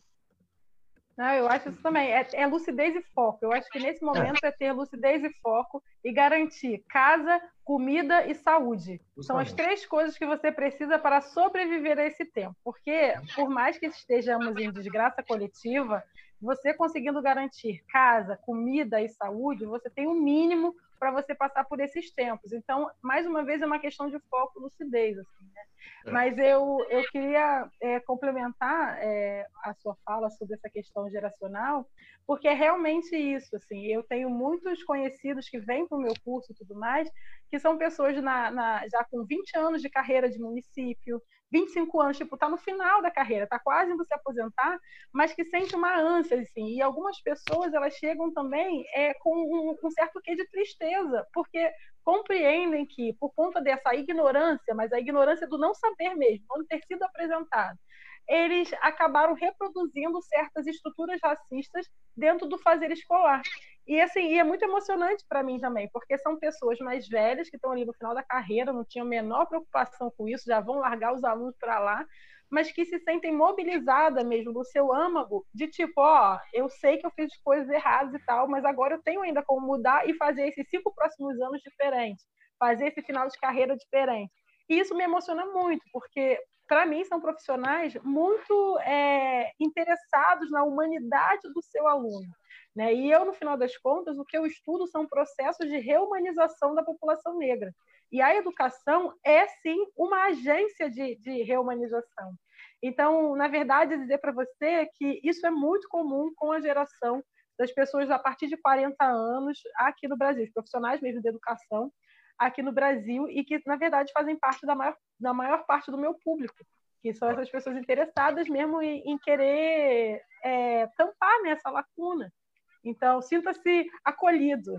Não, eu acho isso também. É lucidez e foco. Eu acho que nesse momento é ter lucidez e foco e garantir casa, comida e saúde. Justamente. São as 3 coisas que você precisa para sobreviver a esse tempo. Porque, por mais que estejamos em desgraça coletiva, você conseguindo garantir casa, comida e saúde, você tem o mínimo para você passar por esses tempos. Então, mais uma vez, é uma questão de foco e lucidez. Assim, né? Mas eu queria complementar a sua fala sobre essa questão geracional, porque é realmente isso. Assim, eu tenho muitos conhecidos que vêm para o meu curso e tudo mais, que são pessoas já com 20 anos de carreira de município, 25 anos, tipo, tá no final da carreira, tá quase indo se aposentar, mas que sente uma ânsia, assim. E algumas pessoas, elas chegam também com um certo quê de tristeza, porque compreendem que, por conta dessa ignorância, mas a ignorância do não saber mesmo, não ter sido apresentado, eles acabaram reproduzindo certas estruturas racistas dentro do fazer escolar. E, assim, é muito emocionante para mim também, porque são pessoas mais velhas que estão ali no final da carreira, não tinham a menor preocupação com isso, já vão largar os alunos para lá, mas que se sentem mobilizadas mesmo no seu âmago, de tipo, eu sei que eu fiz coisas erradas e tal, mas agora eu tenho ainda como mudar e fazer esses 5 próximos anos diferentes, fazer esse final de carreira diferente. E isso me emociona muito, porque, para mim, são profissionais muito interessados na humanidade do seu aluno. Né? E eu, no final das contas, o que eu estudo são processos de reumanização da população negra. E a educação é, sim, uma agência de reumanização. Então, na verdade, dizer para você que isso é muito comum com a geração das pessoas a partir de 40 anos aqui no Brasil, os profissionais mesmo da educação aqui no Brasil, e que, na verdade, fazem parte da maior parte do meu público, que são essas pessoas interessadas mesmo em querer tampar nessa lacuna. Então, sinta-se acolhido.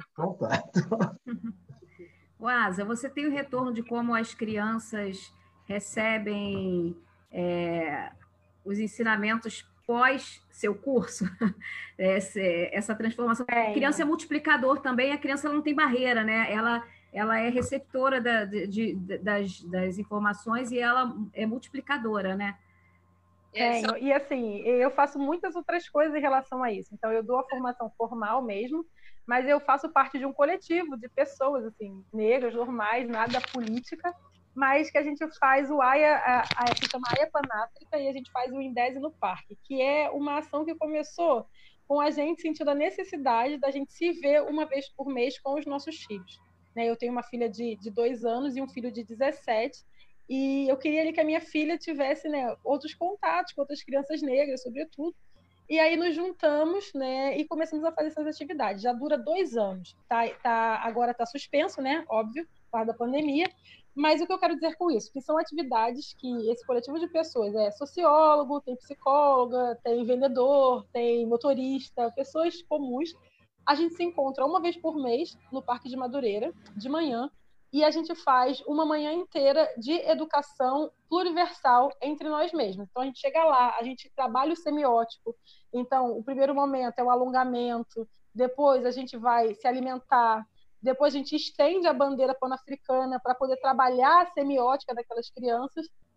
Asa, você tem o retorno de como as crianças recebem os ensinamentos pós seu curso? Essa transformação. A criança é multiplicador também, a criança não tem barreira, né? Ela é receptora das informações e ela é multiplicadora, né? Tenho. E assim, eu faço muitas outras coisas em relação a isso. Então, eu dou a formação formal mesmo, mas eu faço parte de um coletivo de pessoas, assim, negras, normais, nada política, mas que a gente faz o se chama AIA Panáfrica, e a gente faz o Indese no Parque, que é uma ação que começou com a gente sentindo a necessidade da gente se ver uma vez por mês com os nossos filhos. Né? Eu tenho uma filha de 2 anos e um filho de 17, e eu queria ali que a minha filha tivesse, né, outros contatos com outras crianças negras, sobretudo. E aí nos juntamos, né, e começamos a fazer essas atividades. Já dura 2 anos. Agora está suspenso, né, óbvio, por causa da pandemia. Mas o que eu quero dizer com isso? Que são atividades que esse coletivo de pessoas é sociólogo, tem psicóloga, tem vendedor, tem motorista, pessoas comuns. A gente se encontra uma vez por mês no Parque de Madureira, de manhã, e a gente faz uma manhã inteira de educação pluriversal entre nós mesmos. Então, a gente chega lá, a gente trabalha o semiótico. Então, o primeiro momento é o alongamento, depois a gente vai se alimentar, depois a gente estende a bandeira pan-africana para poder trabalhar a semiótica daquelas crianças,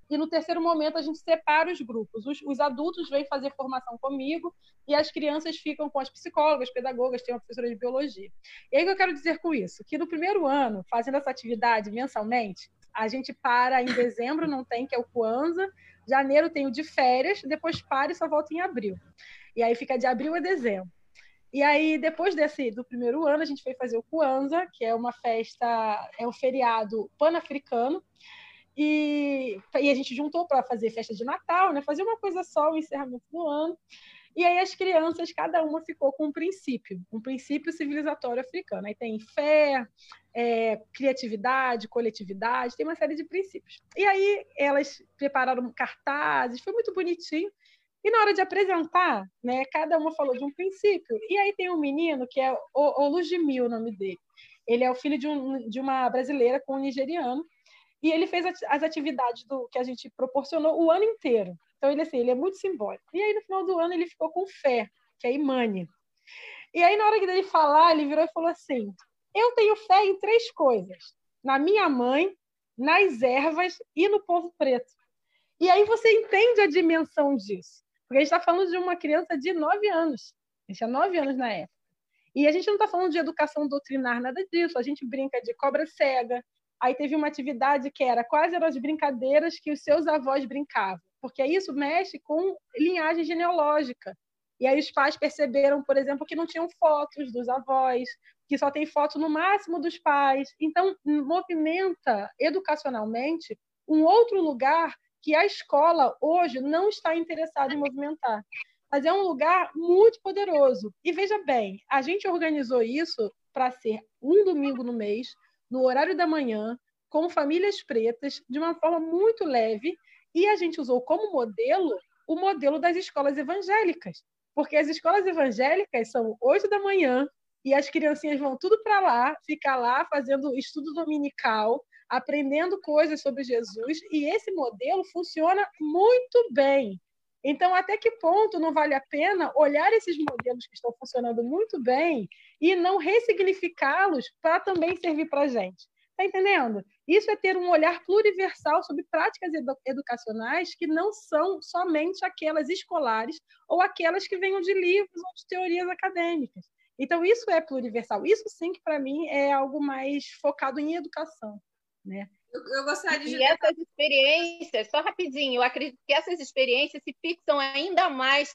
e no terceiro momento a gente separa os grupos. Os adultos vêm fazer formação comigo e as crianças ficam com as psicólogas, pedagogas, tem uma professora de biologia. E aí o que eu quero dizer com isso? Que no primeiro ano, fazendo essa atividade mensalmente, a gente para em dezembro, não tem, que é o Kwanzaa, janeiro tem o de férias, depois para e só volta em abril. E aí fica de abril a dezembro. E aí, depois do primeiro ano, a gente foi fazer o Kwanzaa, que é uma festa, é um feriado pan-africano, e a gente juntou para fazer festa de Natal, né? Fazer uma coisa só, o encerramento do ano. E aí as crianças, cada uma ficou com um princípio civilizatório africano. Aí tem fé, criatividade, coletividade, tem uma série de princípios. E aí elas prepararam cartazes, foi muito bonitinho. E na hora de apresentar, né, cada uma falou de um princípio. E aí tem um menino que é Olujimi, o nome dele. Ele é o filho de uma brasileira com um nigeriano. E ele fez as atividades que a gente proporcionou o ano inteiro. Então, ele é muito simbólico. E aí, no final do ano, ele ficou com fé, que é Imani. E aí, na hora dele falar, ele virou e falou assim: eu tenho fé em 3 coisas. Na minha mãe, nas ervas e no povo preto. E aí você entende a dimensão disso. Porque a gente está falando de uma criança de 9 anos. A gente tinha 9 anos na época. E a gente não está falando de educação doutrinar, nada disso. A gente brinca de cobra cega. Aí teve uma atividade que era quais eram as brincadeiras que os seus avós brincavam. Porque isso mexe com linhagem genealógica. E aí os pais perceberam, por exemplo, que não tinham fotos dos avós, que só tem foto no máximo dos pais. Então, movimenta educacionalmente um outro lugar que a escola hoje não está interessada em movimentar. Mas é um lugar muito poderoso. E veja bem, a gente organizou isso para ser um domingo no mês, no horário da manhã, com famílias pretas, de uma forma muito leve, e a gente usou como modelo o modelo das escolas evangélicas, porque as escolas evangélicas são 8 da manhã, e as criancinhas vão tudo para lá, ficar lá fazendo estudo dominical, aprendendo coisas sobre Jesus, e esse modelo funciona muito bem. Então, até que ponto não vale a pena olhar esses modelos que estão funcionando muito bem e não ressignificá-los para também servir para a gente? Está entendendo? Isso é ter um olhar pluriversal sobre práticas educacionais que não são somente aquelas escolares ou aquelas que venham de livros ou de teorias acadêmicas. Então, isso é pluriversal. Isso, sim, que para mim é algo mais focado em educação, né? Eu gostaria de... E essas experiências, só rapidinho, eu acredito que essas experiências se fixam ainda mais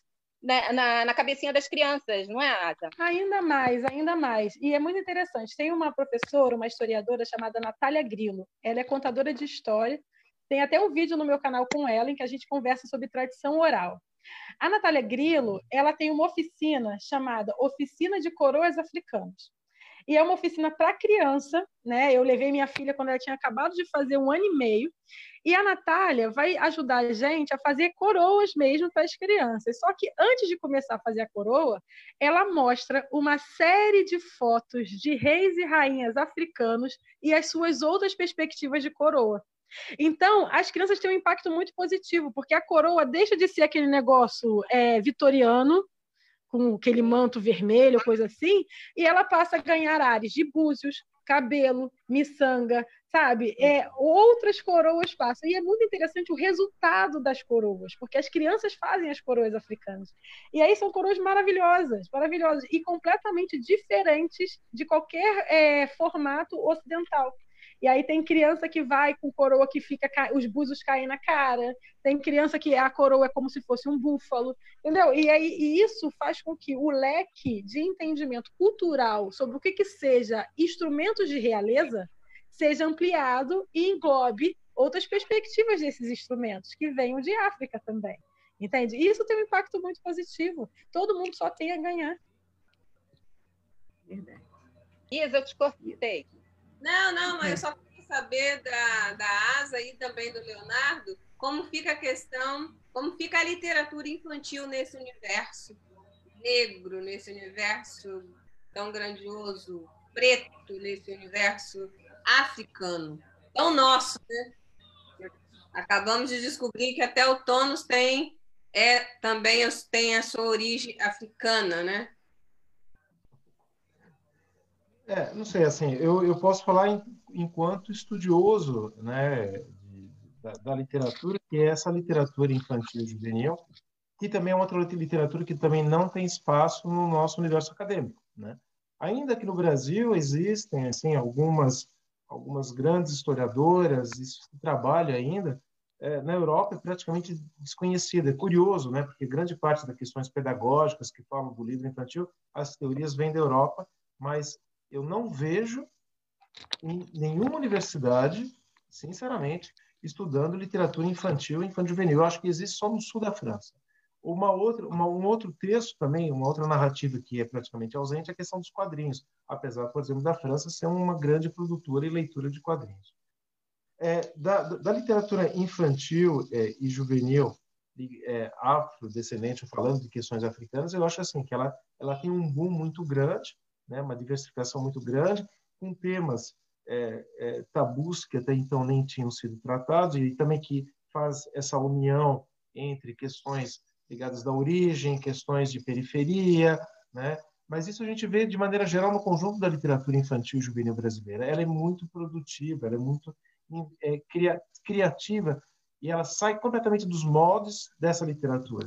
na cabecinha das crianças, não é, Asa? Ainda mais, ainda mais. E é muito interessante. Tem uma professora, uma historiadora chamada Natália Grillo. Ela é contadora de história. Tem até um vídeo no meu canal com ela em que a gente conversa sobre tradição oral. A Natália Grillo, ela tem uma oficina chamada Oficina de Coroas Africanas. E é uma oficina para criança, né? Eu levei minha filha quando ela tinha acabado de fazer 1 ano e meio, e a Natália vai ajudar a gente a fazer coroas mesmo para as crianças. Só que antes de começar a fazer a coroa, ela mostra uma série de fotos de reis e rainhas africanos e as suas outras perspectivas de coroa. Então, as crianças têm um impacto muito positivo, porque a coroa deixa de ser aquele negócio vitoriano, com aquele manto vermelho, coisa assim, e ela passa a ganhar ares de búzios, cabelo, miçanga, sabe? Outras coroas passam. E é muito interessante o resultado das coroas, porque as crianças fazem as coroas africanas. E aí são coroas maravilhosas, maravilhosas, e completamente diferentes de qualquer formato ocidental. E aí tem criança que vai com coroa que fica os búzios caem na cara, tem criança que a coroa é como se fosse um búfalo, entendeu? E isso faz com que o leque de entendimento cultural sobre o que seja instrumentos de realeza seja ampliado e englobe outras perspectivas desses instrumentos, que venham de África também, entende? E isso tem um impacto muito positivo. Todo mundo só tem a ganhar. Verdade. Isa, eu te cortei. Não, mas eu só queria saber da Asa e também do Leonardo, como fica a questão, como fica a literatura infantil nesse universo negro, nesse universo tão grandioso, preto, nesse universo africano, tão nosso, né? Acabamos de descobrir que até o Tônus também tem a sua origem africana, né? Não sei, assim, eu posso falar enquanto estudioso, né, da literatura, que é essa literatura infantil e juvenil, que também é uma outra literatura que também não tem espaço no nosso universo acadêmico, né? Ainda que no Brasil existem assim algumas grandes historiadoras, isso trabalha ainda, na Europa é praticamente desconhecido. É curioso, né? Porque grande parte das questões pedagógicas que falam do livro infantil, as teorias vêm da Europa, mas eu não vejo em nenhuma universidade, sinceramente, estudando literatura infantil e infanto-juvenil. Eu acho que existe só no sul da França. Um outro texto também, uma outra narrativa que é praticamente ausente é a questão dos quadrinhos, apesar, por exemplo, da França ser uma grande produtora e leitura de quadrinhos. Da literatura infantil e juvenil, afrodescendente, falando de questões africanas, eu acho assim que ela tem um boom muito grande, né, uma diversificação muito grande, com temas tabus que até então nem tinham sido tratados, e também que faz essa união entre questões ligadas da origem, questões de periferia, né? Mas isso a gente vê de maneira geral no conjunto da literatura infantil e juvenil brasileira. Ela é muito produtiva, ela é muito criativa, e ela sai completamente dos moldes dessa literatura.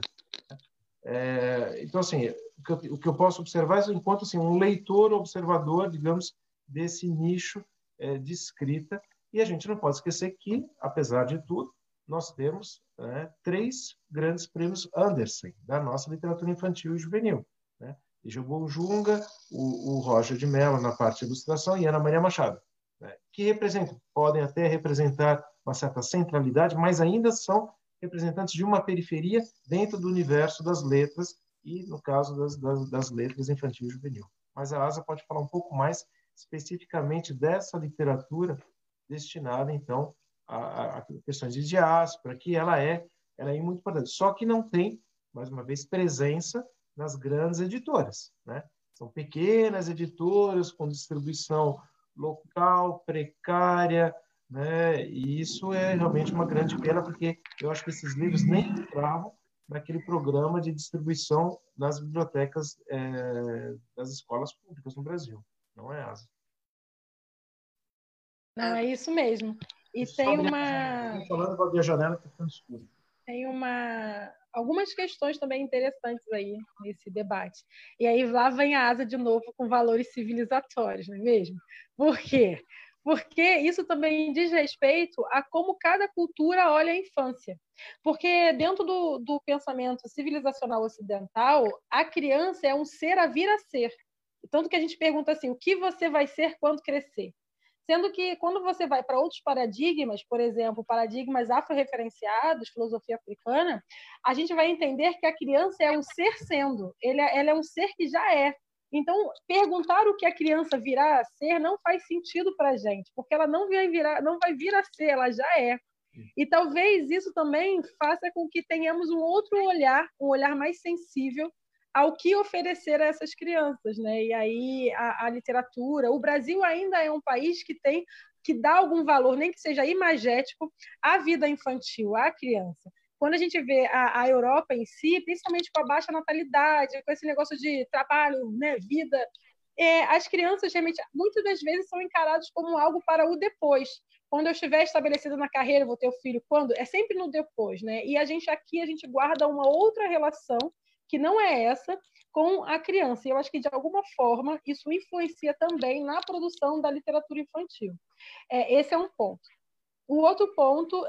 Então, assim, o que eu posso observar é enquanto assim, um leitor observador, digamos, desse nicho de escrita, e a gente não pode esquecer que, apesar de tudo, nós temos 3 grandes prêmios Andersen da nossa literatura infantil e juvenil, né? Diogo Junga, o Roger de Mello na parte de ilustração e Ana Maria Machado, né? Que podem até representar uma certa centralidade, mas ainda são representantes de uma periferia dentro do universo das letras e, no caso, das letras infantil e juvenil. Mas a Asa pode falar um pouco mais especificamente dessa literatura destinada, então, a questões de diáspora, que ela é muito importante. Só que não tem, mais uma vez, presença nas grandes editoras, né? São pequenas editoras com distribuição local, precária, né? E isso é realmente uma grande pena, porque eu acho que esses livros nem entravam naquele programa de distribuição nas bibliotecas das escolas públicas no Brasil. Não é, Asa? Não, é isso mesmo. E tem uma... Falando para a janela, que está escuro. Tem algumas questões também interessantes aí nesse debate. E aí lá vem a Asa de novo com valores civilizatórios, não é mesmo? Por quê? Porque isso também diz respeito a como cada cultura olha a infância. Porque dentro do pensamento civilizacional ocidental, a criança é um ser a vir a ser. Tanto que a gente pergunta assim, o que você vai ser quando crescer? Sendo que, quando você vai para outros paradigmas, por exemplo, paradigmas afro-referenciados, filosofia africana, a gente vai entender que a criança é um ser sendo, ela é um ser que já é. Então, perguntar o que a criança virá a ser não faz sentido para a gente, porque ela não vai vir a ser, ela já é. E talvez isso também faça com que tenhamos um outro olhar, um olhar mais sensível ao que oferecer a essas crianças, né? E aí a literatura, o Brasil ainda é um país que dá algum valor, nem que seja imagético, à vida infantil, à criança. Quando a gente vê a Europa em si, principalmente com a baixa natalidade, com esse negócio de trabalho, né, vida, as crianças realmente, muitas das vezes, são encaradas como algo para o depois. Quando eu estiver estabelecida na carreira, eu vou ter o filho quando? É sempre no depois, né? E a gente guarda uma outra relação que não é essa, com a criança. E eu acho que, de alguma forma, isso influencia também na produção da literatura infantil. Esse é um ponto. O outro ponto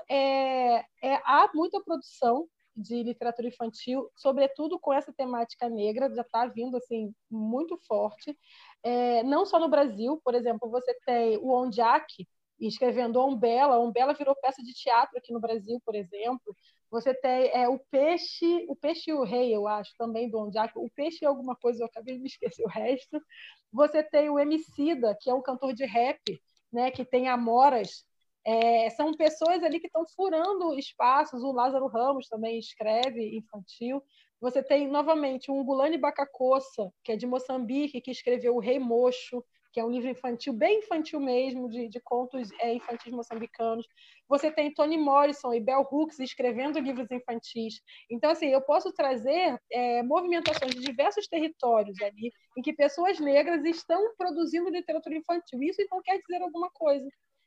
há muita produção de literatura infantil, sobretudo com essa temática negra, já está vindo assim, muito forte. Não só no Brasil, por exemplo, você tem o Ondiak escrevendo Ombela virou peça de teatro aqui no Brasil, por exemplo. Você tem o Peixe e o Rei, eu acho, também do Ondiak. O Peixe é alguma coisa, eu acabei de me esquecer o resto. Você tem o Emicida, que é um cantor de rap, né, que tem Amoras. São pessoas ali que estão furando espaços. O Lázaro Ramos também escreve infantil. Você tem, novamente, o Ngulane Bacacossa, que é de Moçambique, que escreveu O Rei Mocho, que é um livro infantil, bem infantil mesmo, de contos infantis moçambicanos. Você tem Toni Morrison e Bell Hooks escrevendo livros infantis. Então, assim, eu posso trazer movimentações de diversos territórios ali, em que pessoas negras estão produzindo literatura infantil. Isso, então, quer dizer alguma coisa.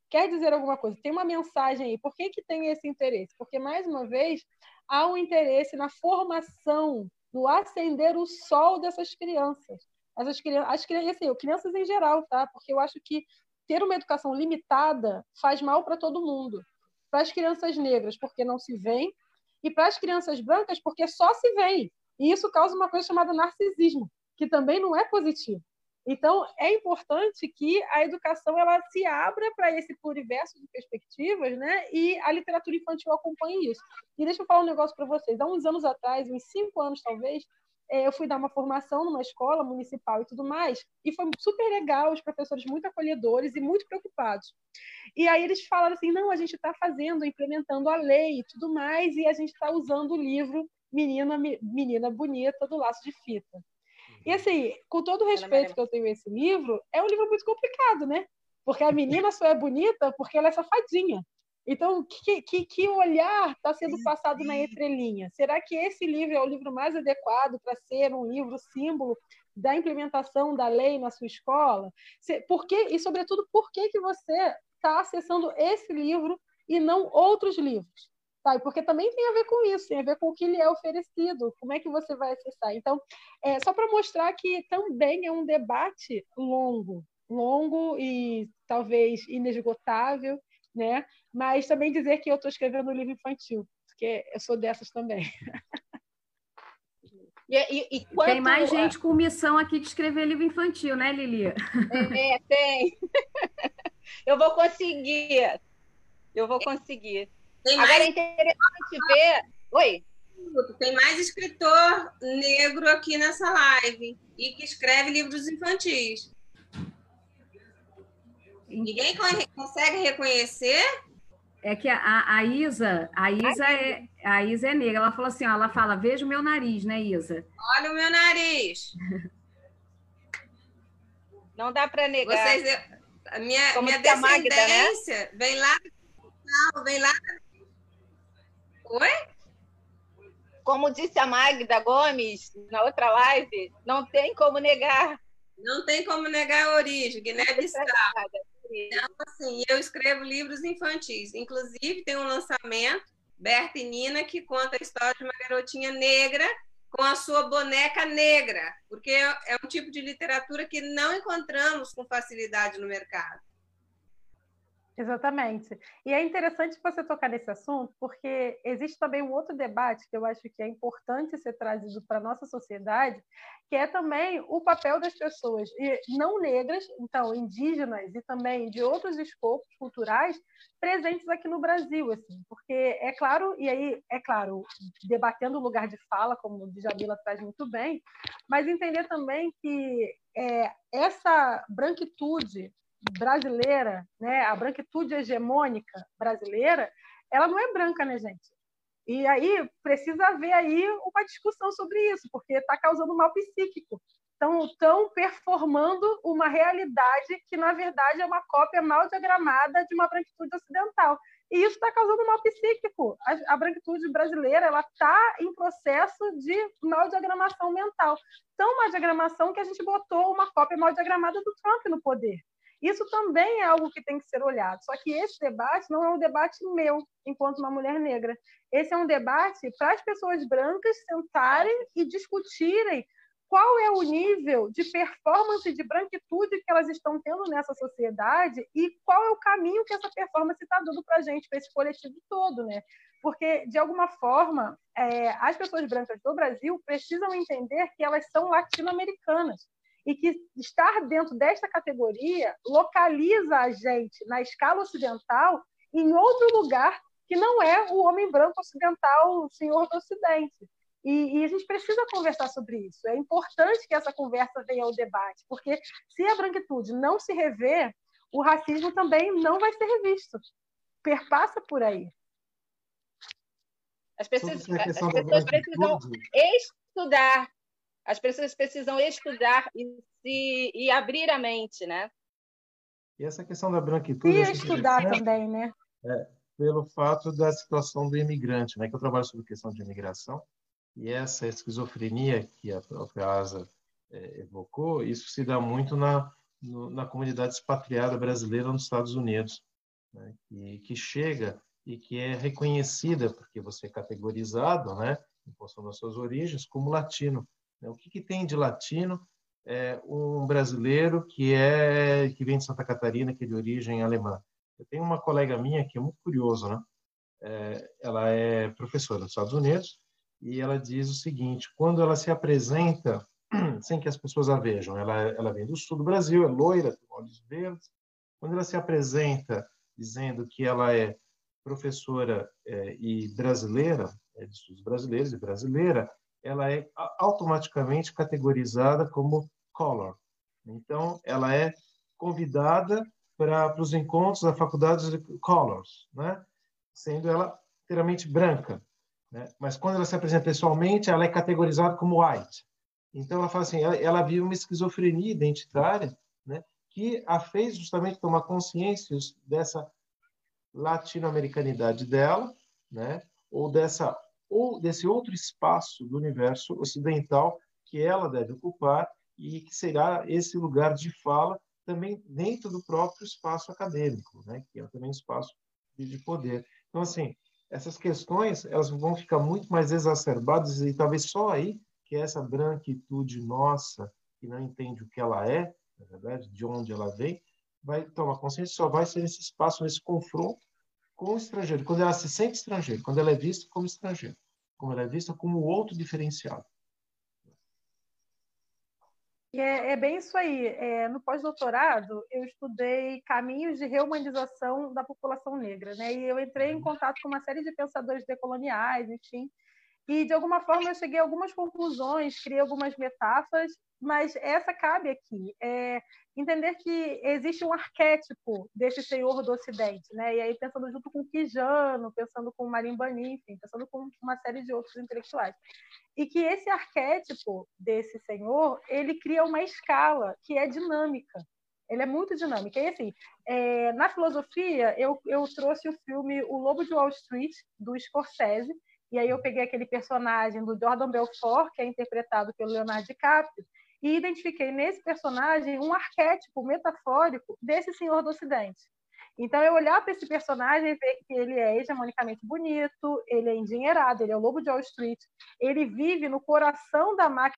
quer dizer alguma coisa, tem uma mensagem aí. Por que tem esse interesse? Porque, mais uma vez, há um interesse na formação, no acender o sol dessas crianças. As crianças em geral, tá? Porque eu acho que ter uma educação limitada faz mal para todo mundo. Para as crianças negras, porque não se veem, e para as crianças brancas, porque só se veem. E isso causa uma coisa chamada narcisismo, que também não é positivo. Então, é importante que a educação ela se abra para esse pluriverso de perspectivas, né? E a literatura infantil acompanhe isso. E deixa eu falar um negócio para vocês. Há uns anos atrás, uns 5 anos talvez, eu fui dar uma formação numa escola municipal e tudo mais, e foi super legal, os professores muito acolhedores e muito preocupados. E aí eles falaram assim, não, a gente está fazendo, implementando a lei e tudo mais, e a gente está usando o livro Menina Bonita, do Laço de Fita. E assim, com todo o respeito que eu tenho a esse livro, é um livro muito complicado, né? Porque a menina só é bonita porque ela é safadinha. Então, que olhar está sendo passado na entrelinha? Será que esse livro é o livro mais adequado para ser um livro símbolo da implementação da lei na sua escola? E, sobretudo, por que você está acessando esse livro e não outros livros? Tá? Porque também tem a ver com isso, tem a ver com o que lhe é oferecido, como é que você vai acessar. Então, só para mostrar que também é um debate longo e talvez inesgotável, né? Mas também dizer que eu estou escrevendo um livro infantil, porque eu sou dessas também. Tem mais gente com missão aqui de escrever livro infantil, né, Lili? Tem. Eu vou conseguir. Agora é interessante ver... Oi? Tem mais escritor negro aqui nessa live e que escreve livros infantis. Ninguém consegue reconhecer? É que a Isa é negra. Ela falou assim, ó, ela fala, veja o meu nariz, né, Isa? Olha o meu nariz. Não dá para negar. A minha descendência, né? vem lá. Oi? Como disse a Magda Gomes na outra live, não tem como negar. Não tem como negar a origem, Guiné-Bissau. Então, assim, eu escrevo livros infantis. Inclusive, tem um lançamento, Berta e Nina, que conta a história de uma garotinha negra com a sua boneca negra, porque é um tipo de literatura que não encontramos com facilidade no mercado. Exatamente. E é interessante você tocar nesse assunto, porque existe também um outro debate que eu acho que é importante ser trazido para a nossa sociedade, que é também o papel das pessoas não negras, então indígenas e também de outros escopos culturais presentes aqui no Brasil, assim, porque é claro, debatendo o lugar de fala, como o Djamila traz muito bem, mas entender também que essa branquitude brasileira, né, a branquitude hegemônica brasileira, ela não é branca, né, gente? E aí precisa haver aí uma discussão sobre isso, porque está causando mal psíquico. Estão performando uma realidade que, na verdade, é uma cópia mal diagramada de uma branquitude ocidental. E isso está causando mal psíquico. A branquitude brasileira está em processo de mal diagramação mental. Tão mal diagramação que a gente botou uma cópia mal diagramada do Trump no poder. Isso também é algo que tem que ser olhado. Só que esse debate não é um debate meu, enquanto uma mulher negra. Esse é um debate para as pessoas brancas sentarem e discutirem qual é o nível de performance de branquitude que elas estão tendo nessa sociedade e qual é o caminho que essa performance está dando para a gente, para esse coletivo todo, né? Porque, de alguma forma, as pessoas brancas do Brasil precisam entender que elas são latino-americanas e que estar dentro desta categoria localiza a gente, na escala ocidental, em outro lugar que não é o homem branco ocidental, o senhor do Ocidente. E a gente precisa conversar sobre isso. É importante que essa conversa venha ao debate, porque se a branquitude não se rever, o racismo também não vai ser revisto. Perpassa por aí. As pessoas precisam estudar. As pessoas precisam estudar e abrir a mente, né? E essa questão da branquitude... E estudar também, né? Pelo fato da situação do imigrante, né? Que eu trabalho sobre questão de imigração, e essa esquizofrenia que a própria Asa evocou, isso se dá muito na comunidade expatriada brasileira nos Estados Unidos. né, que chega e que é reconhecida, porque você é categorizado, né, em função das suas origens, como latino. O que tem de latino? É um brasileiro que vem de Santa Catarina, que é de origem alemã. Eu tenho uma colega minha que é muito curioso, né? Ela é professora nos Estados Unidos e ela diz o seguinte: quando ela se apresenta, sem que as pessoas a vejam, ela vem do sul do Brasil, é loira, tem olhos verdes. Quando ela se apresenta dizendo que ela é professora e brasileira, de estudos brasileiros e brasileira, ela é automaticamente categorizada como color. Então, ela é convidada para os encontros da faculdade de colors, né? Sendo ela inteiramente branca, né? Mas quando ela se apresenta pessoalmente, ela é categorizada como white. Então, ela fala assim, ela vive uma esquizofrenia identitária, né? Que a fez justamente tomar consciência dessa latino-americanidade dela, né? Ou desse outro espaço do universo ocidental que ela deve ocupar e que será esse lugar de fala também dentro do próprio espaço acadêmico, né? Que é também um espaço de poder. Então, assim, essas questões elas vão ficar muito mais exacerbadas e talvez só aí que essa branquitude nossa, que não entende o que ela é, na verdade, de onde ela vem, vai tomar consciência, só vai ser nesse espaço, nesse confronto com o estrangeiro. Quando ela se sente estrangeira, quando ela é vista como estrangeira, como ela é vista como outro diferenciado. E é bem isso aí. No pós-doutorado, eu estudei caminhos de reumanização da população negra, né? E eu entrei em contato com uma série de pensadores decoloniais, enfim. E, de alguma forma, eu cheguei a algumas conclusões, criei algumas metáforas, mas essa cabe aqui. Entender que existe um arquétipo desse senhor do Ocidente, né? E aí pensando junto com Quijano, pensando com Marimbani, enfim, pensando com uma série de outros intelectuais. E que esse arquétipo desse senhor, ele cria uma escala que é dinâmica. Ele é muito dinâmico. E, assim, na filosofia, eu trouxe o filme O Lobo de Wall Street, do Scorsese, e aí eu peguei aquele personagem do Jordan Belfort, que é interpretado pelo Leonardo DiCaprio, e identifiquei nesse personagem um arquétipo metafórico desse senhor do Ocidente. Então, eu olhar para esse personagem e ver que ele é hegemonicamente bonito, ele é endinheirado, ele é o lobo de Wall Street, ele vive no coração da máquina